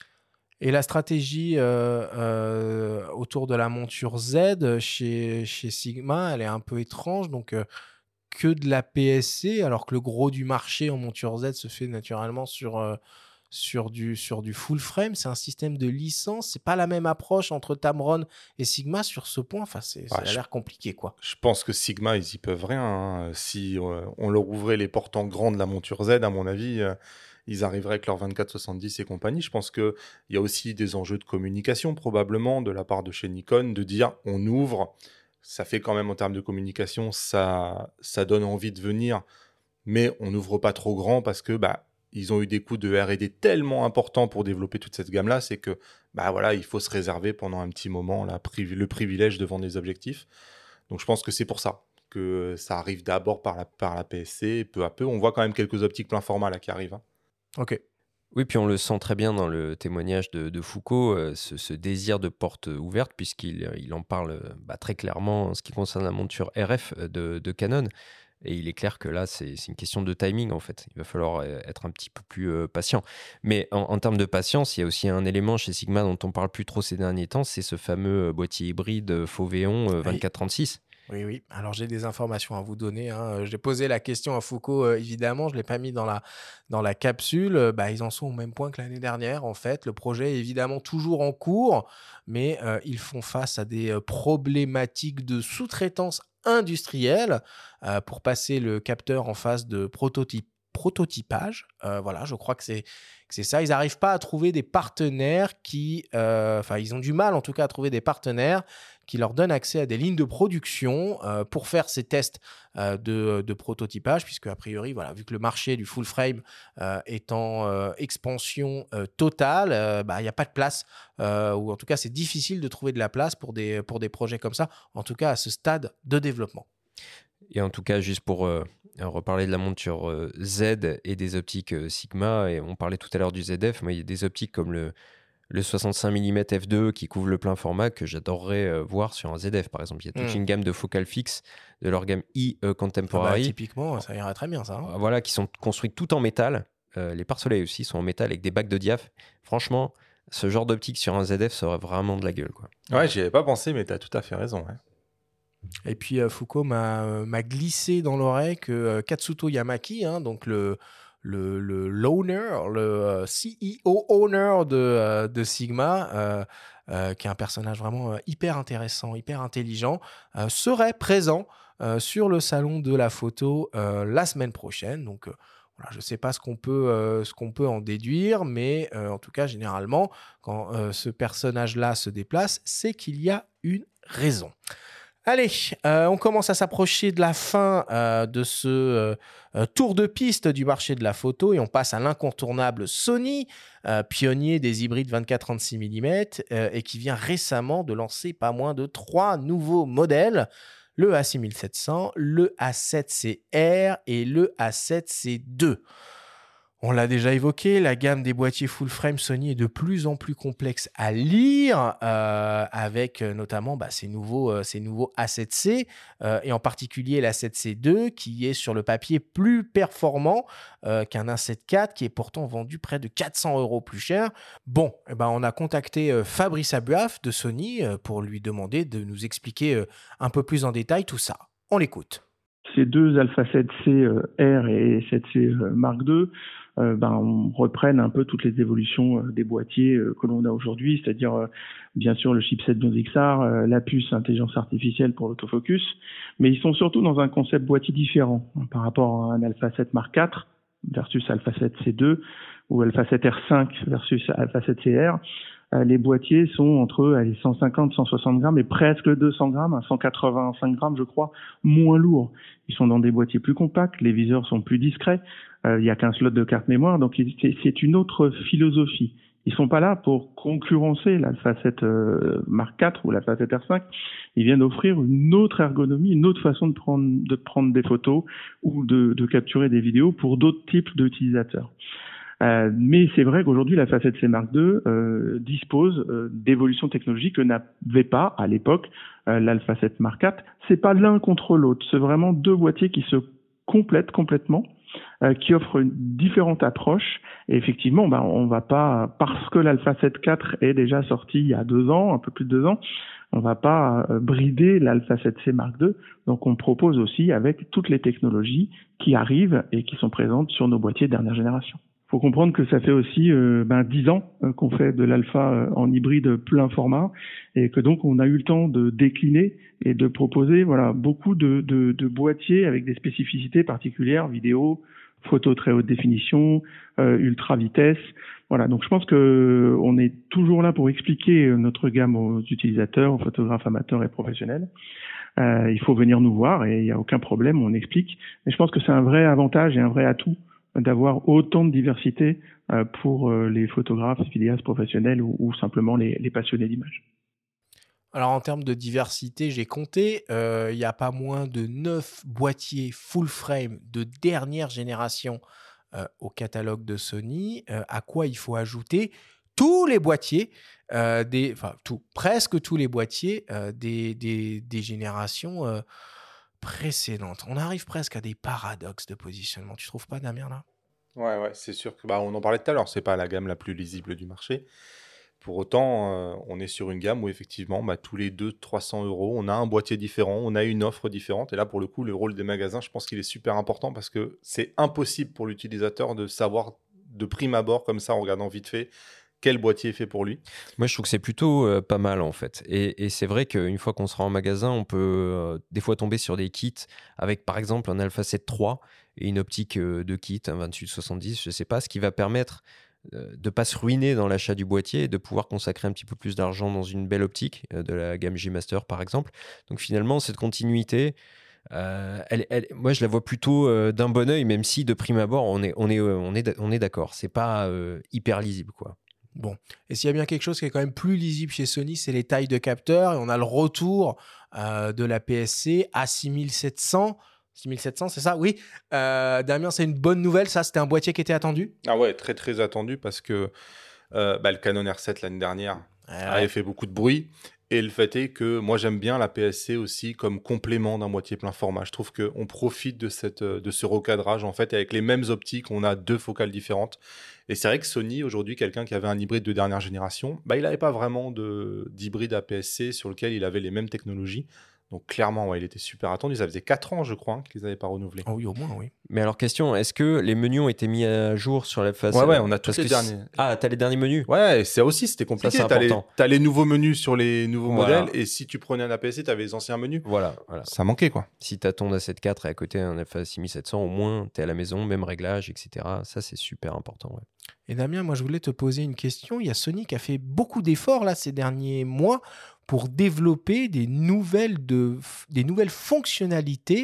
Et la stratégie euh, euh, autour de la monture Z chez, chez Sigma, elle est un peu étrange. Donc, euh, que de la P S C, alors que le gros du marché en monture Z se fait naturellement sur, euh, sur, du, sur du full frame. C'est un système de licence. C'est pas la même approche entre Tamron et Sigma sur ce point. Enfin, c'est, ça Ouais, a je- l'air compliqué, quoi. Je pense que Sigma, ils y peuvent rien. Hein. Si euh, on leur ouvrait les portes en grand de la monture Z, à mon avis, euh, ils arriveraient avec leur vingt-quatre soixante-dix et compagnie. Je pense qu'il y a aussi des enjeux de communication, probablement, de la part de chez Nikon, de dire on ouvre. Ça fait quand même, en termes de communication, ça, ça donne envie de venir, mais on n'ouvre pas trop grand parce que bah, ils ont eu des coûts de R et D tellement importants pour développer toute cette gamme-là, c'est que bah, voilà, il faut se réserver pendant un petit moment la priv- le privilège de vendre des objectifs. Donc je pense que c'est pour ça que ça arrive d'abord par la, par la P S C, et peu à peu. On voit quand même quelques optiques plein format là qui arrivent. Hein. Ok. Oui, puis on le sent très bien dans le témoignage de, de Foucault, euh, ce, ce désir de porte ouverte, puisqu'il euh, il en parle euh, bah, très clairement en ce qui concerne la monture R F de, de Canon. Et il est clair que là, c'est c'est une question de timing, en fait. Il va falloir euh, être un petit peu plus euh, patient. Mais en, en termes de patience, il y a aussi un élément chez Sigma dont on parle plus trop ces derniers temps, c'est ce fameux euh, boîtier hybride euh, Fauvéon euh, vingt-quatre trente-six. Oui, oui. Alors, j'ai des informations à vous donner. Hein. Euh, J'ai posé la question à Foucault, euh, évidemment. Je ne l'ai pas mis dans la, dans la capsule. Euh, bah, ils en sont au même point que l'année dernière, en fait. Le projet est évidemment toujours en cours, mais euh, ils font face à des euh, problématiques de sous-traitance industrielle euh, pour passer le capteur en phase de prototype prototypage. Euh, voilà, je crois que c'est que c'est ça. Ils n'arrivent pas à trouver des partenaires qui... euh, Enfin, ils ont du mal, en tout cas, à trouver des partenaires qui leur donnent accès à des lignes de production euh, pour faire ces tests euh, de, de prototypage, puisque, a priori, voilà, vu que le marché du full frame euh, est en euh, expansion euh, totale, euh, bah, il n'y a pas de place, euh, ou en tout cas, c'est difficile de trouver de la place pour des, pour des projets comme ça, en tout cas à ce stade de développement. Et en tout cas, juste pour euh, reparler de la monture euh, Z et des optiques euh, Sigma, et on parlait tout à l'heure du Z F, mais il y a des optiques comme le, le soixante-cinq millimètres f deux qui couvre le plein format que j'adorerais euh, voir sur un Z F, par exemple. Il y a toute Mm. une gamme de focales fixes de leur gamme I E Ah bah, Contemporary, typiquement, ça irait très bien, ça. hein. euh, voilà, qui sont construites tout en métal. Euh, les pare-soleils aussi sont en métal avec des bacs de diaph. Franchement, ce genre d'optique sur un Z F, ça aurait vraiment de la gueule, quoi. Ouais, j'y avais pas pensé, mais tu as tout à fait raison. Ouais. Et puis euh, Foucault m'a euh, m'a glissé dans l'oreille que euh, Katsuto Yamaki, hein, donc le le le l'owner, le euh, C E O owner de euh, de Sigma, euh, euh, qui est un personnage vraiment euh, hyper intéressant, hyper intelligent, euh, serait présent euh, sur le salon de la photo euh, la semaine prochaine. Donc euh, voilà, je ne sais pas ce qu'on peut, euh, ce qu'on peut en déduire, mais euh, en tout cas, généralement, quand euh, ce personnage-là se déplace, c'est qu'il y a une raison. Allez, euh, on commence à s'approcher de la fin euh, de ce euh, euh, tour de piste du marché de la photo et on passe à l'incontournable Sony, euh, pionnier des hybrides vingt-quatre trente-six millimètres euh, et qui vient récemment de lancer pas moins de trois nouveaux modèles, le A six mille sept cents, le A sept C R et le A sept C deux. On l'a déjà évoqué, la gamme des boîtiers full frame Sony est de plus en plus complexe à lire, euh, avec euh, notamment bah, ces, nouveaux, euh, ces nouveaux A sept C, euh, et en particulier l'A sept C deux, qui est sur le papier plus performant euh, qu'un A sept quatre, qui est pourtant vendu près de quatre cents euros plus cher. Bon, eh ben, on a contacté euh, Fabrice Abuaf de Sony euh, pour lui demander de nous expliquer euh, un peu plus en détail tout ça. On l'écoute. Ces deux Alpha sept C euh, R et sept C euh, Mark deux, euh, ben, on reprenne un peu toutes les évolutions euh, des boîtiers euh, que l'on a aujourd'hui, c'est-à-dire euh, bien sûr le chipset onze X R, euh, la puce intelligence artificielle pour l'autofocus, mais ils sont surtout dans un concept boîtier différent hein, par rapport à un Alpha sept Mark quatre versus Alpha sept C deux ou Alpha sept R cinq versus Alpha sept C R. Euh, les boîtiers sont entre allez, cent cinquante, cent soixante grammes et presque deux cents grammes, cent quatre-vingt-cinq grammes je crois, moins lourds. Ils sont dans des boîtiers plus compacts, les viseurs sont plus discrets, euh, il n'y a qu'un slot de carte mémoire, donc c'est une autre philosophie. Ils sont pas là pour concurrencer l'Alpha sept euh, Mark quatre ou l'Alpha sept R cinq. Ils viennent offrir une autre ergonomie, une autre façon de prendre, de prendre des photos ou de, de capturer des vidéos pour d'autres types d'utilisateurs. Euh, mais c'est vrai qu'aujourd'hui, l'Alpha sept C Mark deux euh, dispose euh, d'évolutions technologiques que n'avait pas à l'époque euh, l'Alpha sept Mark quatre. C'est pas l'un contre l'autre, c'est vraiment deux boîtiers qui se complètent complètement, euh, qui offrent une différente approche. Et effectivement, ben, on va pas, parce que l'Alpha sept quatre est déjà sorti il y a deux ans, un peu plus de deux ans, on va pas euh, brider l'Alpha sept C Mark deux. Donc on propose aussi avec toutes les technologies qui arrivent et qui sont présentes sur nos boîtiers de dernière génération. Il faut comprendre que ça fait aussi euh, ben, dix ans euh, qu'on fait de l'alpha euh, en hybride plein format et que donc on a eu le temps de décliner et de proposer voilà beaucoup de, de, de boîtiers avec des spécificités particulières, vidéo, photo très haute définition, euh, ultra vitesse. Voilà, donc je pense que on est toujours là pour expliquer notre gamme aux utilisateurs, aux photographes amateurs et professionnels. Euh, il faut venir nous voir et il n'y a aucun problème, on explique. Mais je pense que c'est un vrai avantage et un vrai atout d'avoir autant de diversité euh, pour euh, les photographes, vidéastes professionnels ou, ou simplement les, les passionnés d'image. Alors en termes de diversité, j'ai compté, il euh, n'y a pas moins de neuf boîtiers full frame de dernière génération euh, au catalogue de Sony, euh, à quoi il faut ajouter tous les boîtiers, euh, des, enfin tout, presque tous les boîtiers euh, des, des, des générations euh, précédentes. On arrive presque à des paradoxes de positionnement. Tu trouves pas, Damien, là ? Ouais, ouais, c'est sûr que bah, on en parlait tout à l'heure, c'est pas la gamme la plus lisible du marché. Pour autant, euh, on est sur une gamme où effectivement, bah, tous les deux trois cents euros, on a un boîtier différent, on a une offre différente. Et là, pour le coup, le rôle des magasins, je pense qu'il est super important parce que c'est impossible pour l'utilisateur de savoir de prime abord, comme ça, en regardant vite fait, quel boîtier est fait pour lui. Moi, je trouve que c'est plutôt euh, pas mal en fait. Et, et c'est vrai qu'une fois qu'on sera en magasin, on peut euh, des fois tomber sur des kits avec par exemple un Alpha sept trois et une optique euh, de kit, un vingt-huit soixante-dix, je sais pas, ce qui va permettre euh, de ne pas se ruiner dans l'achat du boîtier et de pouvoir consacrer un petit peu plus d'argent dans une belle optique, euh, de la gamme G-Master par exemple. Donc finalement, cette continuité, euh, elle, elle, moi je la vois plutôt euh, d'un bon œil, même si de prime abord, on est, on est, euh, on est, on est d'accord. C'est pas euh, hyper lisible, quoi. Bon, et s'il y a bien quelque chose qui est quand même plus lisible chez Sony, c'est les tailles de capteurs. Et on a le retour euh, de la P S C à six mille sept cents. six mille sept cents, c'est ça? Oui. Euh, Damien, c'est une bonne nouvelle. Ça, c'était un boîtier qui était attendu? Ah ouais, très très attendu parce que euh, bah, le Canon R sept l'année dernière ah ouais. avait fait beaucoup de bruit. Et le fait est que moi, j'aime bien la P S C aussi comme complément d'un boîtier plein format. Je trouve qu'on profite de, cette, de ce recadrage. En fait, avec les mêmes optiques, on a deux focales différentes. Et c'est vrai que Sony, aujourd'hui, quelqu'un qui avait un hybride de dernière génération, bah, il n'avait pas vraiment d'hybride A P S C sur lequel il avait les mêmes technologies. Donc clairement, ouais, il était super attendu. Ça faisait quatre ans, je crois, hein, qu'ils n'avaient pas renouvelé. Oh oui, au moins, oui. Mais alors, question, est-ce que les menus ont été mis à jour sur la face? Ouais, ouais, on a tous les derniers. Ah, t'as les derniers menus? Ouais, ça aussi, c'était compliqué. T'as les, t'as les nouveaux menus sur les nouveaux voilà. modèles, et si tu prenais un A P S C, t'avais les anciens menus. Voilà, voilà. Ça manquait, quoi. Si t'as ton A sept quatre et à côté un Alpha six mille sept cents, au moins, t'es à la maison, même réglage, et cetera. Ça, c'est super important, ouais. Et Damien, moi, je voulais te poser une question. Il y a Sony qui a fait beaucoup d'efforts, là, ces derniers mois, pour développer des nouvelles, de, des nouvelles fonctionnalités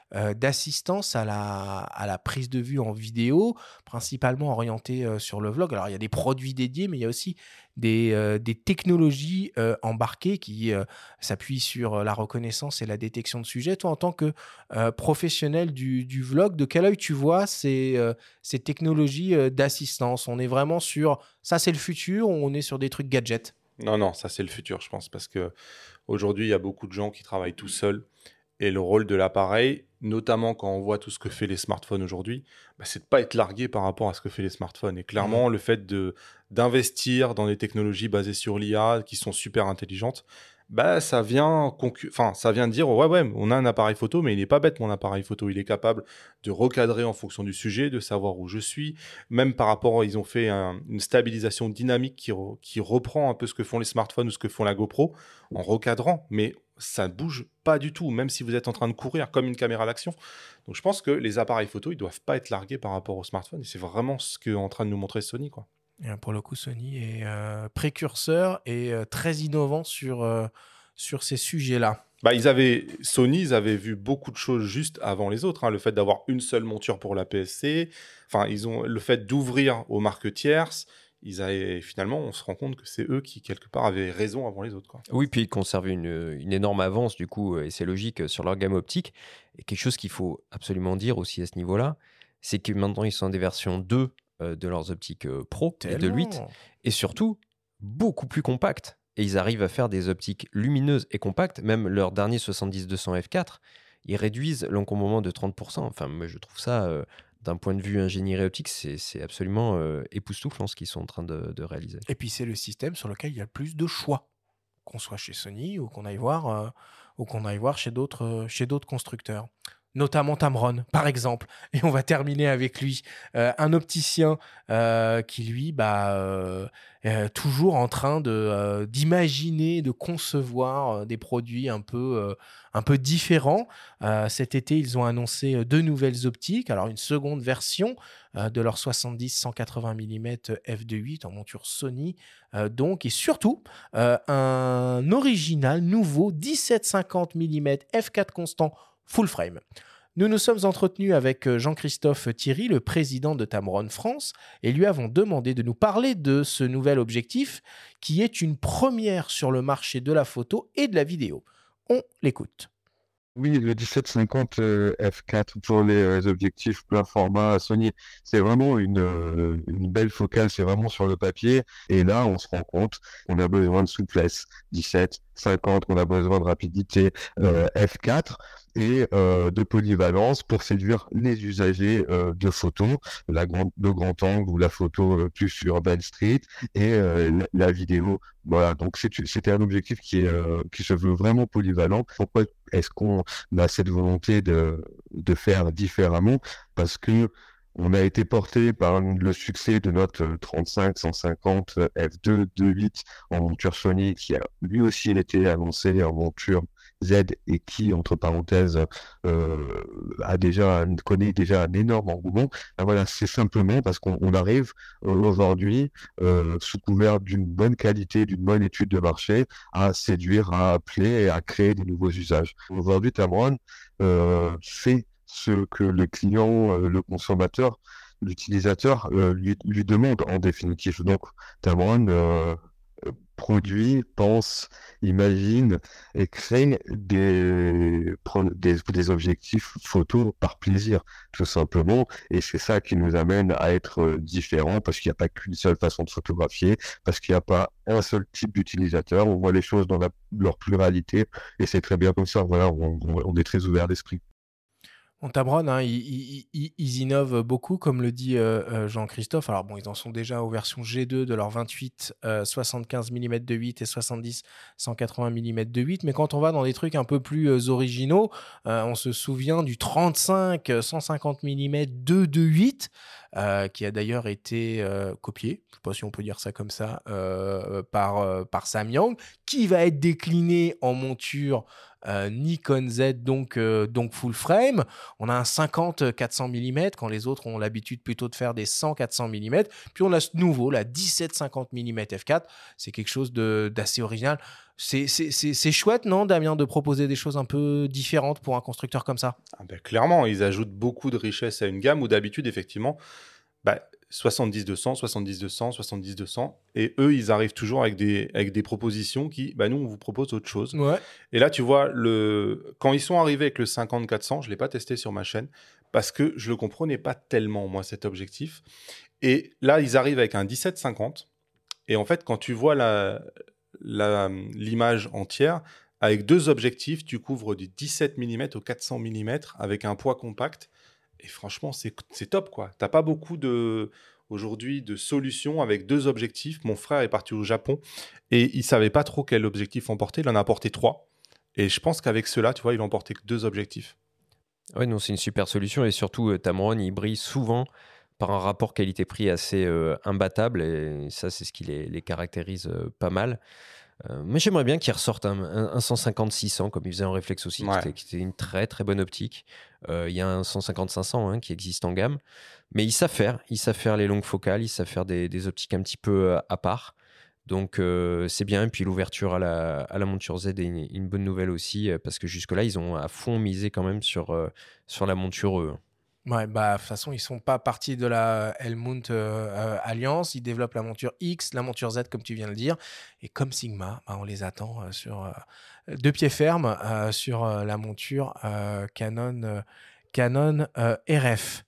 euh, d'assistance à la, à la prise de vue en vidéo, principalement orientée euh, sur le vlog. Alors, il y a des produits dédiés, mais il y a aussi des, euh, des technologies euh, embarquées qui euh, s'appuient sur euh, la reconnaissance et la détection de sujets. Toi, en tant que euh, professionnel du, du vlog, de quel œil tu vois ces, euh, ces technologies euh, d'assistance? On est vraiment sur ça, c'est le futur, ou on est sur des trucs gadgets? Non, non, ça c'est le futur, je pense, parce que aujourd'hui, il y a beaucoup de gens qui travaillent tout seuls. Et le rôle de l'appareil, notamment quand on voit tout ce que fait les smartphones aujourd'hui, bah, c'est de ne pas être largué par rapport à ce que fait les smartphones. Et clairement, le fait de, d'investir dans des technologies basées sur l'I A qui sont super intelligentes, bah, ça vient, concu- enfin, ça vient dire, ouais, ouais, on a un appareil photo, mais il n'est pas bête, mon appareil photo. Il est capable de recadrer en fonction du sujet, de savoir où je suis. Même par rapport, ils ont fait un- une stabilisation dynamique qui, re- qui reprend un peu ce que font les smartphones ou ce que font la GoPro en recadrant. Mais ça ne bouge pas du tout, même si vous êtes en train de courir comme une caméra d'action. Donc je pense que les appareils photo, ils doivent pas être largués par rapport aux smartphones. Et c'est vraiment ce qu'est en train de nous montrer Sony, quoi. Et, euh, pour le coup, Sony est euh, précurseur et euh, très innovant sur, euh, sur ces sujets-là. Bah, ils avaient, Sony, ils avaient vu beaucoup de choses juste avant les autres, hein. Le fait d'avoir une seule monture pour la P S C, enfin, ils ont le fait d'ouvrir aux marques tierces. Ils avaient, finalement, on se rend compte que c'est eux qui, quelque part, avaient raison avant les autres, quoi. Oui, puis ils conservent une, une énorme avance, du coup, et c'est logique, sur leur gamme optique. Et quelque chose qu'il faut absolument dire aussi à ce niveau-là, c'est que maintenant, ils sont dans des versions deux euh, de leurs optiques euh, Pro, les deux huit, Tellement. et surtout, beaucoup plus compactes. Et ils arrivent à faire des optiques lumineuses et compactes. Même leur dernier soixante-dix deux cents f quatre, ils réduisent l'encombrement de trente pour cent. Enfin, moi, je trouve ça, euh, d'un point de vue ingénierie optique, c'est c'est absolument euh, époustouflant ce qu'ils sont en train de, de réaliser. Et puis, c'est le système sur lequel il y a le plus de choix, qu'on soit chez Sony ou qu'on aille voir, euh, ou qu'on aille voir chez d'autres, euh, chez d'autres constructeurs. Notamment Tamron, par exemple. Et on va terminer avec lui. Euh, un opticien euh, qui, lui, bah, euh, est toujours en train de, euh, d'imaginer, de concevoir euh, des produits un peu, euh, un peu différents. Euh, cet été, ils ont annoncé euh, deux nouvelles optiques. Alors, une seconde version euh, de leur soixante-dix cent quatre-vingts millimètres f deux huit en monture Sony. Euh, donc, et surtout, euh, un original nouveau dix-sept cinquante millimètres f quatre constant full frame. Nous nous sommes entretenus avec euh, Jean-Christophe Thierry, le président de Tamron France, et lui avons demandé de nous parler de ce nouvel objectif qui est une première sur le marché de la photo et de la vidéo. On l'écoute. Oui, le dix-sept cinquante euh, f quatre pour les euh, objectifs plein format Sony, c'est vraiment une, euh, une belle focale, c'est vraiment sur le papier. Et là, on se rend compte qu'on a besoin de souplesse, dix-sept cinquante, qu'on a besoin de rapidité euh, f quatre et euh, de polyvalence pour séduire les usagers euh, de photo, la grande, le grand angle ou la photo euh, plus urban street et euh, la, la vidéo. Voilà, donc c'est- c'était un objectif qui, est, euh, qui se veut vraiment polyvalent. Pourquoi est-ce qu'on a cette volonté de, de faire différemment? Parce que on a été porté par le succès de notre trente-cinq cent cinquante f deux deux huit en monture Sony, qui a lui aussi été annoncé en monture Z et qui, entre parenthèses, euh, a déjà connaît déjà un énorme engouement. Ben voilà, c'est simplement parce qu'on on arrive euh, aujourd'hui, euh, sous couvert d'une bonne qualité, d'une bonne étude de marché, à séduire, à appeler et à créer des nouveaux usages. Aujourd'hui, Tamron euh, fait ce que le client, euh, le consommateur, l'utilisateur euh, lui, lui demande en définitive. Donc, Tamron euh, euh, produit, pense, imagine et crée des, pro- des, des objectifs photo par plaisir, tout simplement. Et c'est ça qui nous amène à être euh, différents parce qu'il n'y a pas qu'une seule façon de photographier, parce qu'il n'y a pas un seul type d'utilisateur. On voit les choses dans la- leur pluralité et c'est très bien comme ça. Voilà, on, on- on est très ouvert d'esprit. On Tamron, hein, ils, ils- ils- ils innovent beaucoup, comme le dit euh, euh, Jean-Christophe. Alors bon, ils en sont déjà aux versions G deux de leur vingt-huit euh, soixante-quinze millimètres de huit et soixante-dix cent quatre-vingts millimètres de huit. Mais quand on va dans des trucs un peu plus euh, originaux, euh, on se souvient du trente-cinq cent cinquante millimètres de deux huit, euh, qui a d'ailleurs été euh, copié, je ne sais pas si on peut dire ça comme ça, euh, par, euh, par Samyang, qui va être décliné en monture euh, Nikon Z, donc, euh, donc full frame. On a un cinquante quatre cents millimètres quand les autres ont l'habitude plutôt de faire des cent quatre cents millimètres. Puis on a ce nouveau, la dix-sept cinquante millimètres f quatre. C'est quelque chose de, d'assez original. C'est, c'est, c'est, c'est chouette, non, Damien, de proposer des choses un peu différentes pour un constructeur comme ça? Ah ben, clairement, ils ajoutent beaucoup de richesse à une gamme où d'habitude, effectivement, bah, soixante-dix deux cents, soixante-dix deux cents, soixante-dix deux cents. Et eux, ils arrivent toujours avec des, avec des propositions qui, bah, nous, on vous propose autre chose. Ouais. Et là, tu vois, le... quand ils sont arrivés avec le cinquante quatre cents, je ne l'ai pas testé sur ma chaîne parce que je ne le comprenais pas tellement, moi, cet objectif. Et là, ils arrivent avec un dix-sept cinquante. Et en fait, quand tu vois la, la, l'image entière, avec deux objectifs, tu couvres du dix-sept millimètres au quatre cents millimètres avec un poids compact. Et franchement, c'est, c'est top, quoi. T'as pas beaucoup de, aujourd'hui de solutions avec deux objectifs. Mon frère est parti au Japon et il savait pas trop quel objectif emporter. Il en a emporté trois. Et je pense qu'avec cela, tu vois, il a emporté que deux objectifs. Ouais, non, c'est une super solution. Et surtout, euh, Tamron, il brille souvent par un rapport qualité-prix assez euh, imbattable. Et ça, c'est ce qui les, les caractérise euh, pas mal. Euh, mais j'aimerais bien qu'ils ressortent un, un, un cent cinquante six cents, comme ils faisaient en réflexe aussi, Ouais. qui, était, qui était une très très bonne optique. Euh, Il y a un cent cinquante cinq cents hein, qui existe en gamme. Mais ils savent faire. Ils savent faire les longues focales, ils savent faire des, des optiques un petit peu euh, à part. Donc euh, c'est bien. Et puis l'ouverture à la, à la monture Z est une, une bonne nouvelle aussi, euh, parce que jusque-là, ils ont à fond misé quand même sur, euh, sur la monture E. Ouais, bah, de toute façon, ils sont pas partis de la Helmut euh, euh, Alliance. Ils développent la monture X, la monture Z, comme tu viens de le dire. Et comme Sigma, bah, on les attend euh, sur euh, deux pieds fermes euh, sur euh, la monture euh, Canon, euh, Canon euh, R F.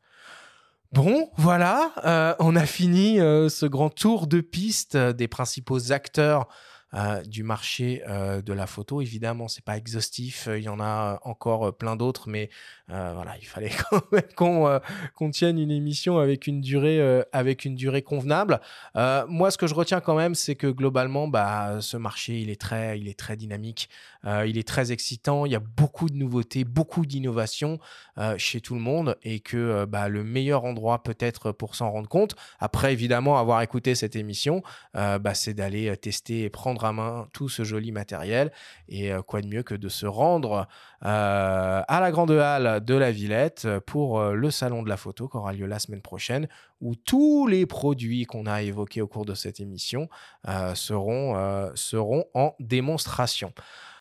Bon, voilà, euh, on a fini euh, ce grand tour de piste euh, des principaux acteurs euh, du marché euh, de la photo. Évidemment, c'est pas exhaustif, il y en a encore euh, plein d'autres, mais euh, voilà, il fallait quand même qu'on euh, qu'on tienne une émission avec une durée, euh, avec une durée convenable. Euh, moi, ce que je retiens quand même, c'est que globalement, bah, ce marché, il est très, il est très dynamique, euh, il est très excitant, il y a beaucoup de nouveautés, beaucoup d'innovations euh, chez tout le monde, et que euh, bah, le meilleur endroit peut-être pour s'en rendre compte, après évidemment avoir écouté cette émission, euh, bah, c'est d'aller tester et prendre à main tout ce joli matériel. Et euh, quoi de mieux que de se rendre euh, à la Grande Halle de la Villette pour euh, le salon de la photo qui aura lieu la semaine prochaine, où tous les produits qu'on a évoqués au cours de cette émission euh, seront, euh, seront en démonstration.